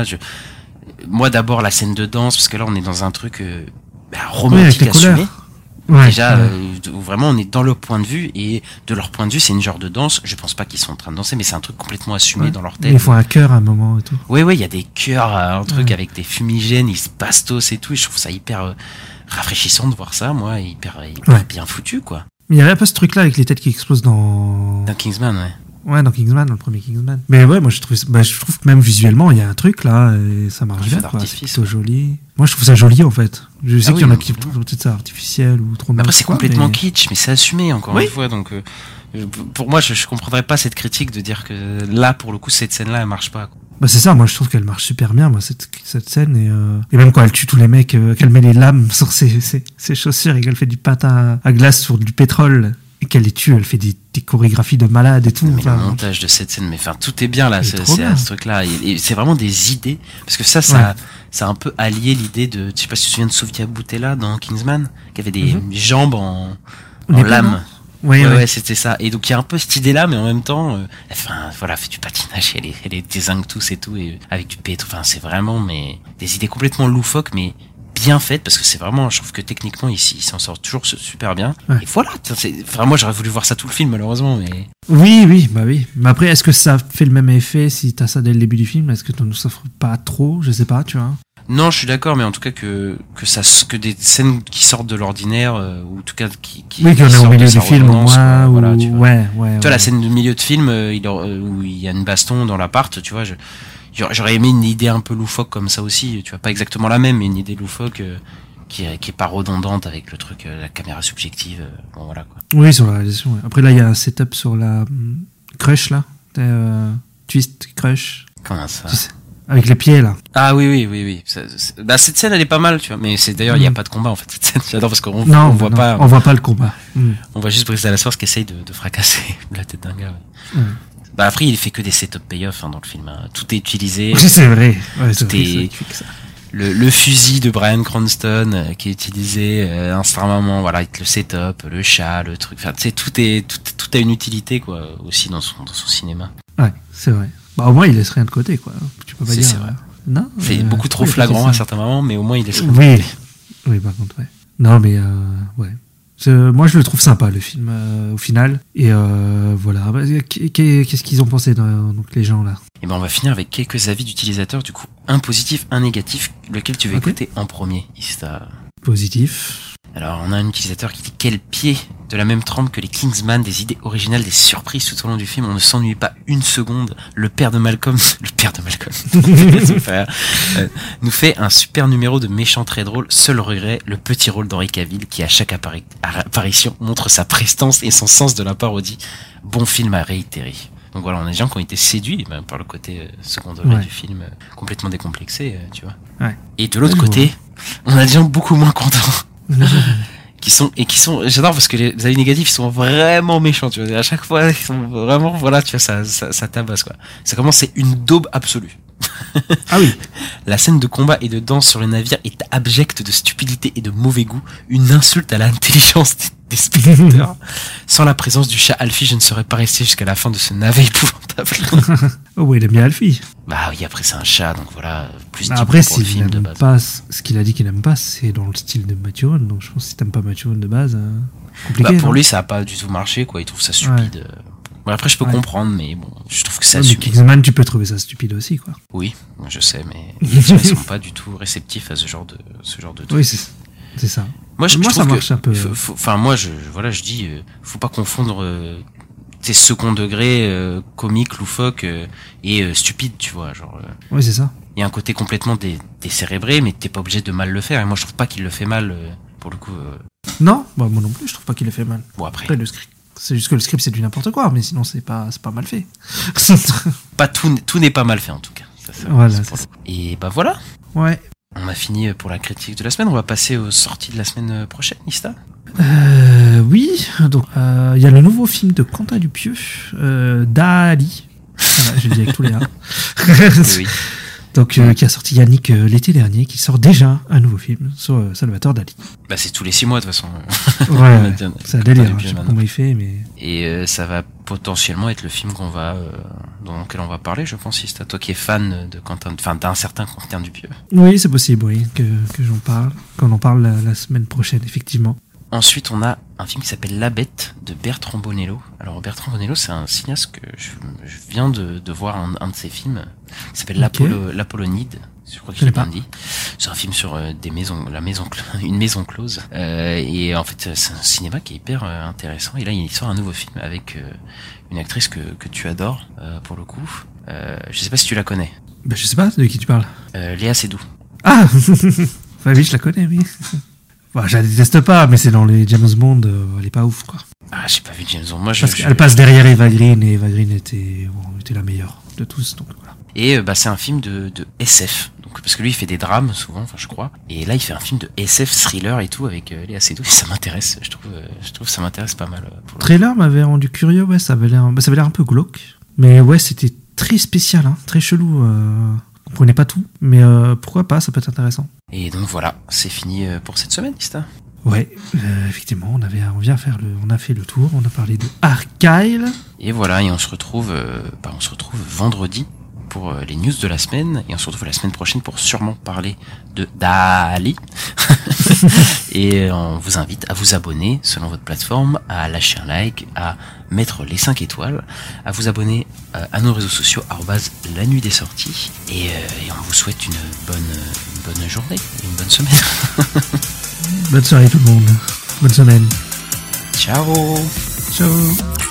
Moi, d'abord, la scène de danse, parce que là, on est dans un truc romantique assumé. Ouais, déjà, où vraiment on est dans le point de vue, et de leur point de vue, c'est une genre de danse. Je pense pas qu'ils sont en train de danser, mais c'est un truc complètement assumé dans leur tête. Ils font un chœur à un moment et tout. Oui, il y a des chœurs, un truc avec des fumigènes, ils se bastos et tout, et je trouve ça hyper rafraîchissant de voir ça, moi, hyper bien foutu, quoi. Il y avait un peu ce truc-là avec les têtes qui explosent dans Kingsman, ouais. Ouais, dans Kingsman, dans le premier Kingsman. Mais ouais, moi je trouve que même visuellement, il y a un truc là, et ça marche bien, quoi. C'est plutôt joli. Moi je trouve ça joli en fait. Je sais qu'il y en a qui trouvent peut-être ça artificiel ou trop mal. Après, c'est complètement kitsch, mais c'est assumé encore une fois. Donc, pour moi, je comprendrais pas cette critique de dire que là, pour le coup, cette scène-là, elle marche pas, quoi. Bah c'est ça, moi je trouve qu'elle marche super bien, moi cette scène, et même quand elle tue tous les mecs, qu'elle met les lames sur ses chaussures et qu'elle fait du patin à glace sur du pétrole. Et qu'elle les tue, elle fait des chorégraphies de malade et tout. Mais le montage de cette scène, tout est bien là, c'est ce truc-là. Et c'est vraiment des idées, parce que ça a un peu allié l'idée de, je sais pas si tu te souviens de Sofia Boutella dans Kingsman, qui avait des jambes en lame. Ouais, c'était ça. Et donc il y a un peu cette idée-là, mais en même temps, elle fait du patinage, elle est dézingue tous et tout, et avec du pétro. Enfin, c'est vraiment des idées complètement loufoques, mais bien faite, parce que c'est vraiment, je trouve que techniquement ici il s'en sort toujours super bien. Et voilà, moi j'aurais voulu voir ça tout le film, malheureusement, mais oui. Mais après, est-ce que ça fait le même effet si t'as ça dès le début du film? Est-ce que ça ne souffre pas trop? Je sais pas, tu vois. Non, je suis d'accord, mais en tout cas que des scènes qui sortent de l'ordinaire, ou en tout cas qui qu'on est au milieu du film, au moins, voilà, tu vois. Ouais. Tu vois, la scène du milieu de film, où il y a une baston dans l'appart, tu vois, j'aurais aimé une idée un peu loufoque comme ça aussi, tu vois, pas exactement la même, mais une idée loufoque qui est pas redondante avec le truc, la caméra subjective, bon voilà, quoi. Oui, sur la réalisation. Ouais. Après là, il y a un setup sur la crush là, twist crush. Comment ça? Tu sais, avec les pieds là. Ah oui. Cette scène elle est pas mal, tu vois, mais c'est d'ailleurs il y a pas de combat en fait cette scène. J'adore parce qu'on voit pas. On voit pas le combat. On voit juste Bryce Dallas Howard qui essaye de fracasser la tête d'un gars. Ouais. Après, il fait que des setup payoff dans le film. Tout est utilisé. Oui, c'est vrai. Ouais, tout est le fusil de Bryan Cranston qui est utilisé à un certain moment. Voilà, avec le setup, le chat, le truc. Enfin, tu sais, tout a une utilité, quoi, aussi dans son cinéma. Ouais, c'est vrai. Au moins, il laisse rien de côté, quoi. Tu peux pas dire. C'est vrai. Non. C'est beaucoup trop flagrant à certains moments, mais au moins il laisse rien de côté. Oui, par contre, ouais. Non, mais ouais. Moi, je le trouve sympa, le film, au final. Et voilà. Qu'est-ce qu'ils ont pensé, donc, les gens, là? Et on va finir avec quelques avis d'utilisateurs, du coup, un positif, un négatif. Lequel tu veux écouter en premier, Ista? Positif. Alors, on a un utilisateur qui dit: quel pied! De la même trempe que les Kingsman, des idées originales, des surprises tout au long du film, on ne s'ennuie pas une seconde. Le père de Malcolm nous fait un super numéro de méchant très drôle. Seul regret, le petit rôle d'Henry Cavill qui à chaque apparition montre sa prestance et son sens de la parodie. Bon film à réitérer. Donc voilà, on a des gens qui ont été séduits par le côté second degré du film, complètement décomplexé, tu vois. Ouais. Et de l'autre côté, on a des gens beaucoup moins contents. qui sont, j'adore parce que les avis négatifs, ils sont vraiment méchants, tu vois. À chaque fois, ils sont vraiment, voilà, tu vois, ça tabasse, quoi. Ça commence, c'est une daube absolue. Ah oui. La scène de combat et de danse sur le navire est abjecte de stupidité et de mauvais goût, une insulte à l'intelligence des spectateurs. Sans la présence du chat Alfie, je ne serais pas resté jusqu'à la fin de ce navet épouvantable. Oh oui, il aime bien Alfie. Bah oui, après c'est un chat, donc voilà, plus après, pour le film de base. Pas, ce qu'il a dit qu'il n'aime pas, c'est dans le style de Matthew Vaughn, donc je pense que si t'aimes pas Matthew Vaughn de base, compliqué. Pour lui, ça a pas du tout marché, quoi. Il trouve ça stupide. Ouais. Bon, après, je peux comprendre, mais bon, je trouve que c'est assumé. Kingsman, tu peux trouver ça stupide aussi, quoi. Oui, je sais, mais ils sont pas du tout réceptifs à ce genre de truc. Oui, c'est ça. Moi, je ça trouve marche un peu. Enfin, moi, je dis, faut pas confondre tes second degré comique, loufoque et stupide, tu vois, genre. Oui, c'est ça. Il y a un côté complètement décérébré, mais t'es pas obligé de mal le faire. Et moi, je trouve pas qu'il le fait mal, pour le coup. Non, bah moi non plus, je trouve pas qu'il le fait mal. Bon, après le script. C'est juste que le script c'est du n'importe quoi, mais sinon c'est pas mal fait. Pas tout n'est pas mal fait en tout cas. Voilà. Et bah voilà. Ouais. On a fini pour la critique de la semaine. On va passer aux sorties de la semaine prochaine, Ista. Oui, donc il y a le nouveau film de Quentin Dupieux, Dali. Voilà, je le dis avec tous les A. Oui. Donc qui a sorti Yannick l'été dernier, qui sort déjà un nouveau film sur Salvatore Dali. Bah c'est tous les 6 mois de toute façon. Ouais, c'est un délire, je sais pas comment il fait, mais... Et ça va potentiellement être le film dans lequel on va parler, je pense, si c'est à toi qui es fan de d'un certain Quentin Dupieux. Oui, c'est possible, oui, que j'en parle, qu'on en parle la semaine prochaine, effectivement. Ensuite, on a un film qui s'appelle La Bête de Bertrand Bonello. Alors Bertrand Bonello, c'est un cinéaste que je viens de voir un de ses films. Il s'appelle l'Apollonide. Je crois qu'il est bien dit. C'est un film sur une maison close. Et en fait, c'est un cinéma qui est hyper intéressant. Et là, il sort un nouveau film avec une actrice que tu adores pour le coup. Je sais pas si tu la connais. Bah, je sais pas de qui tu parles. Léa Seydoux. Ah bah oui, je la connais, oui. Bah, je la déteste pas, mais c'est dans les James Bond, elle est pas ouf, quoi. Ah, j'ai pas vu James Bond. Moi, parce qu'elle passe derrière Eva Green, et Eva Green était la meilleure de tous, donc voilà. Et c'est un film de SF. Donc parce que lui il fait des drames souvent, enfin je crois. Et là il fait un film de SF thriller et tout avec Léa Seydoux. Et ça m'intéresse. Je trouve que ça m'intéresse pas mal. Le trailer m'avait rendu curieux, ouais, ça avait l'air un peu glauque. Mais ouais, c'était très spécial, hein, très chelou. On comprenait pas tout, mais pourquoi pas, ça peut être intéressant. Et donc voilà, c'est fini pour cette semaine, Ista. Ouais, effectivement, on a fait le tour, on a parlé de Argyle. Et voilà, et on se retrouve vendredi pour les news de la semaine, et on se retrouve la semaine prochaine pour sûrement parler de Dali. Et on vous invite à vous abonner selon votre plateforme, à lâcher un like, à mettre les 5 étoiles, à vous abonner à nos réseaux sociaux @la nuit des sorties, et on vous souhaite une bonne journée, une bonne semaine. Bonne soirée tout le monde, bonne semaine. Ciao. Ciao.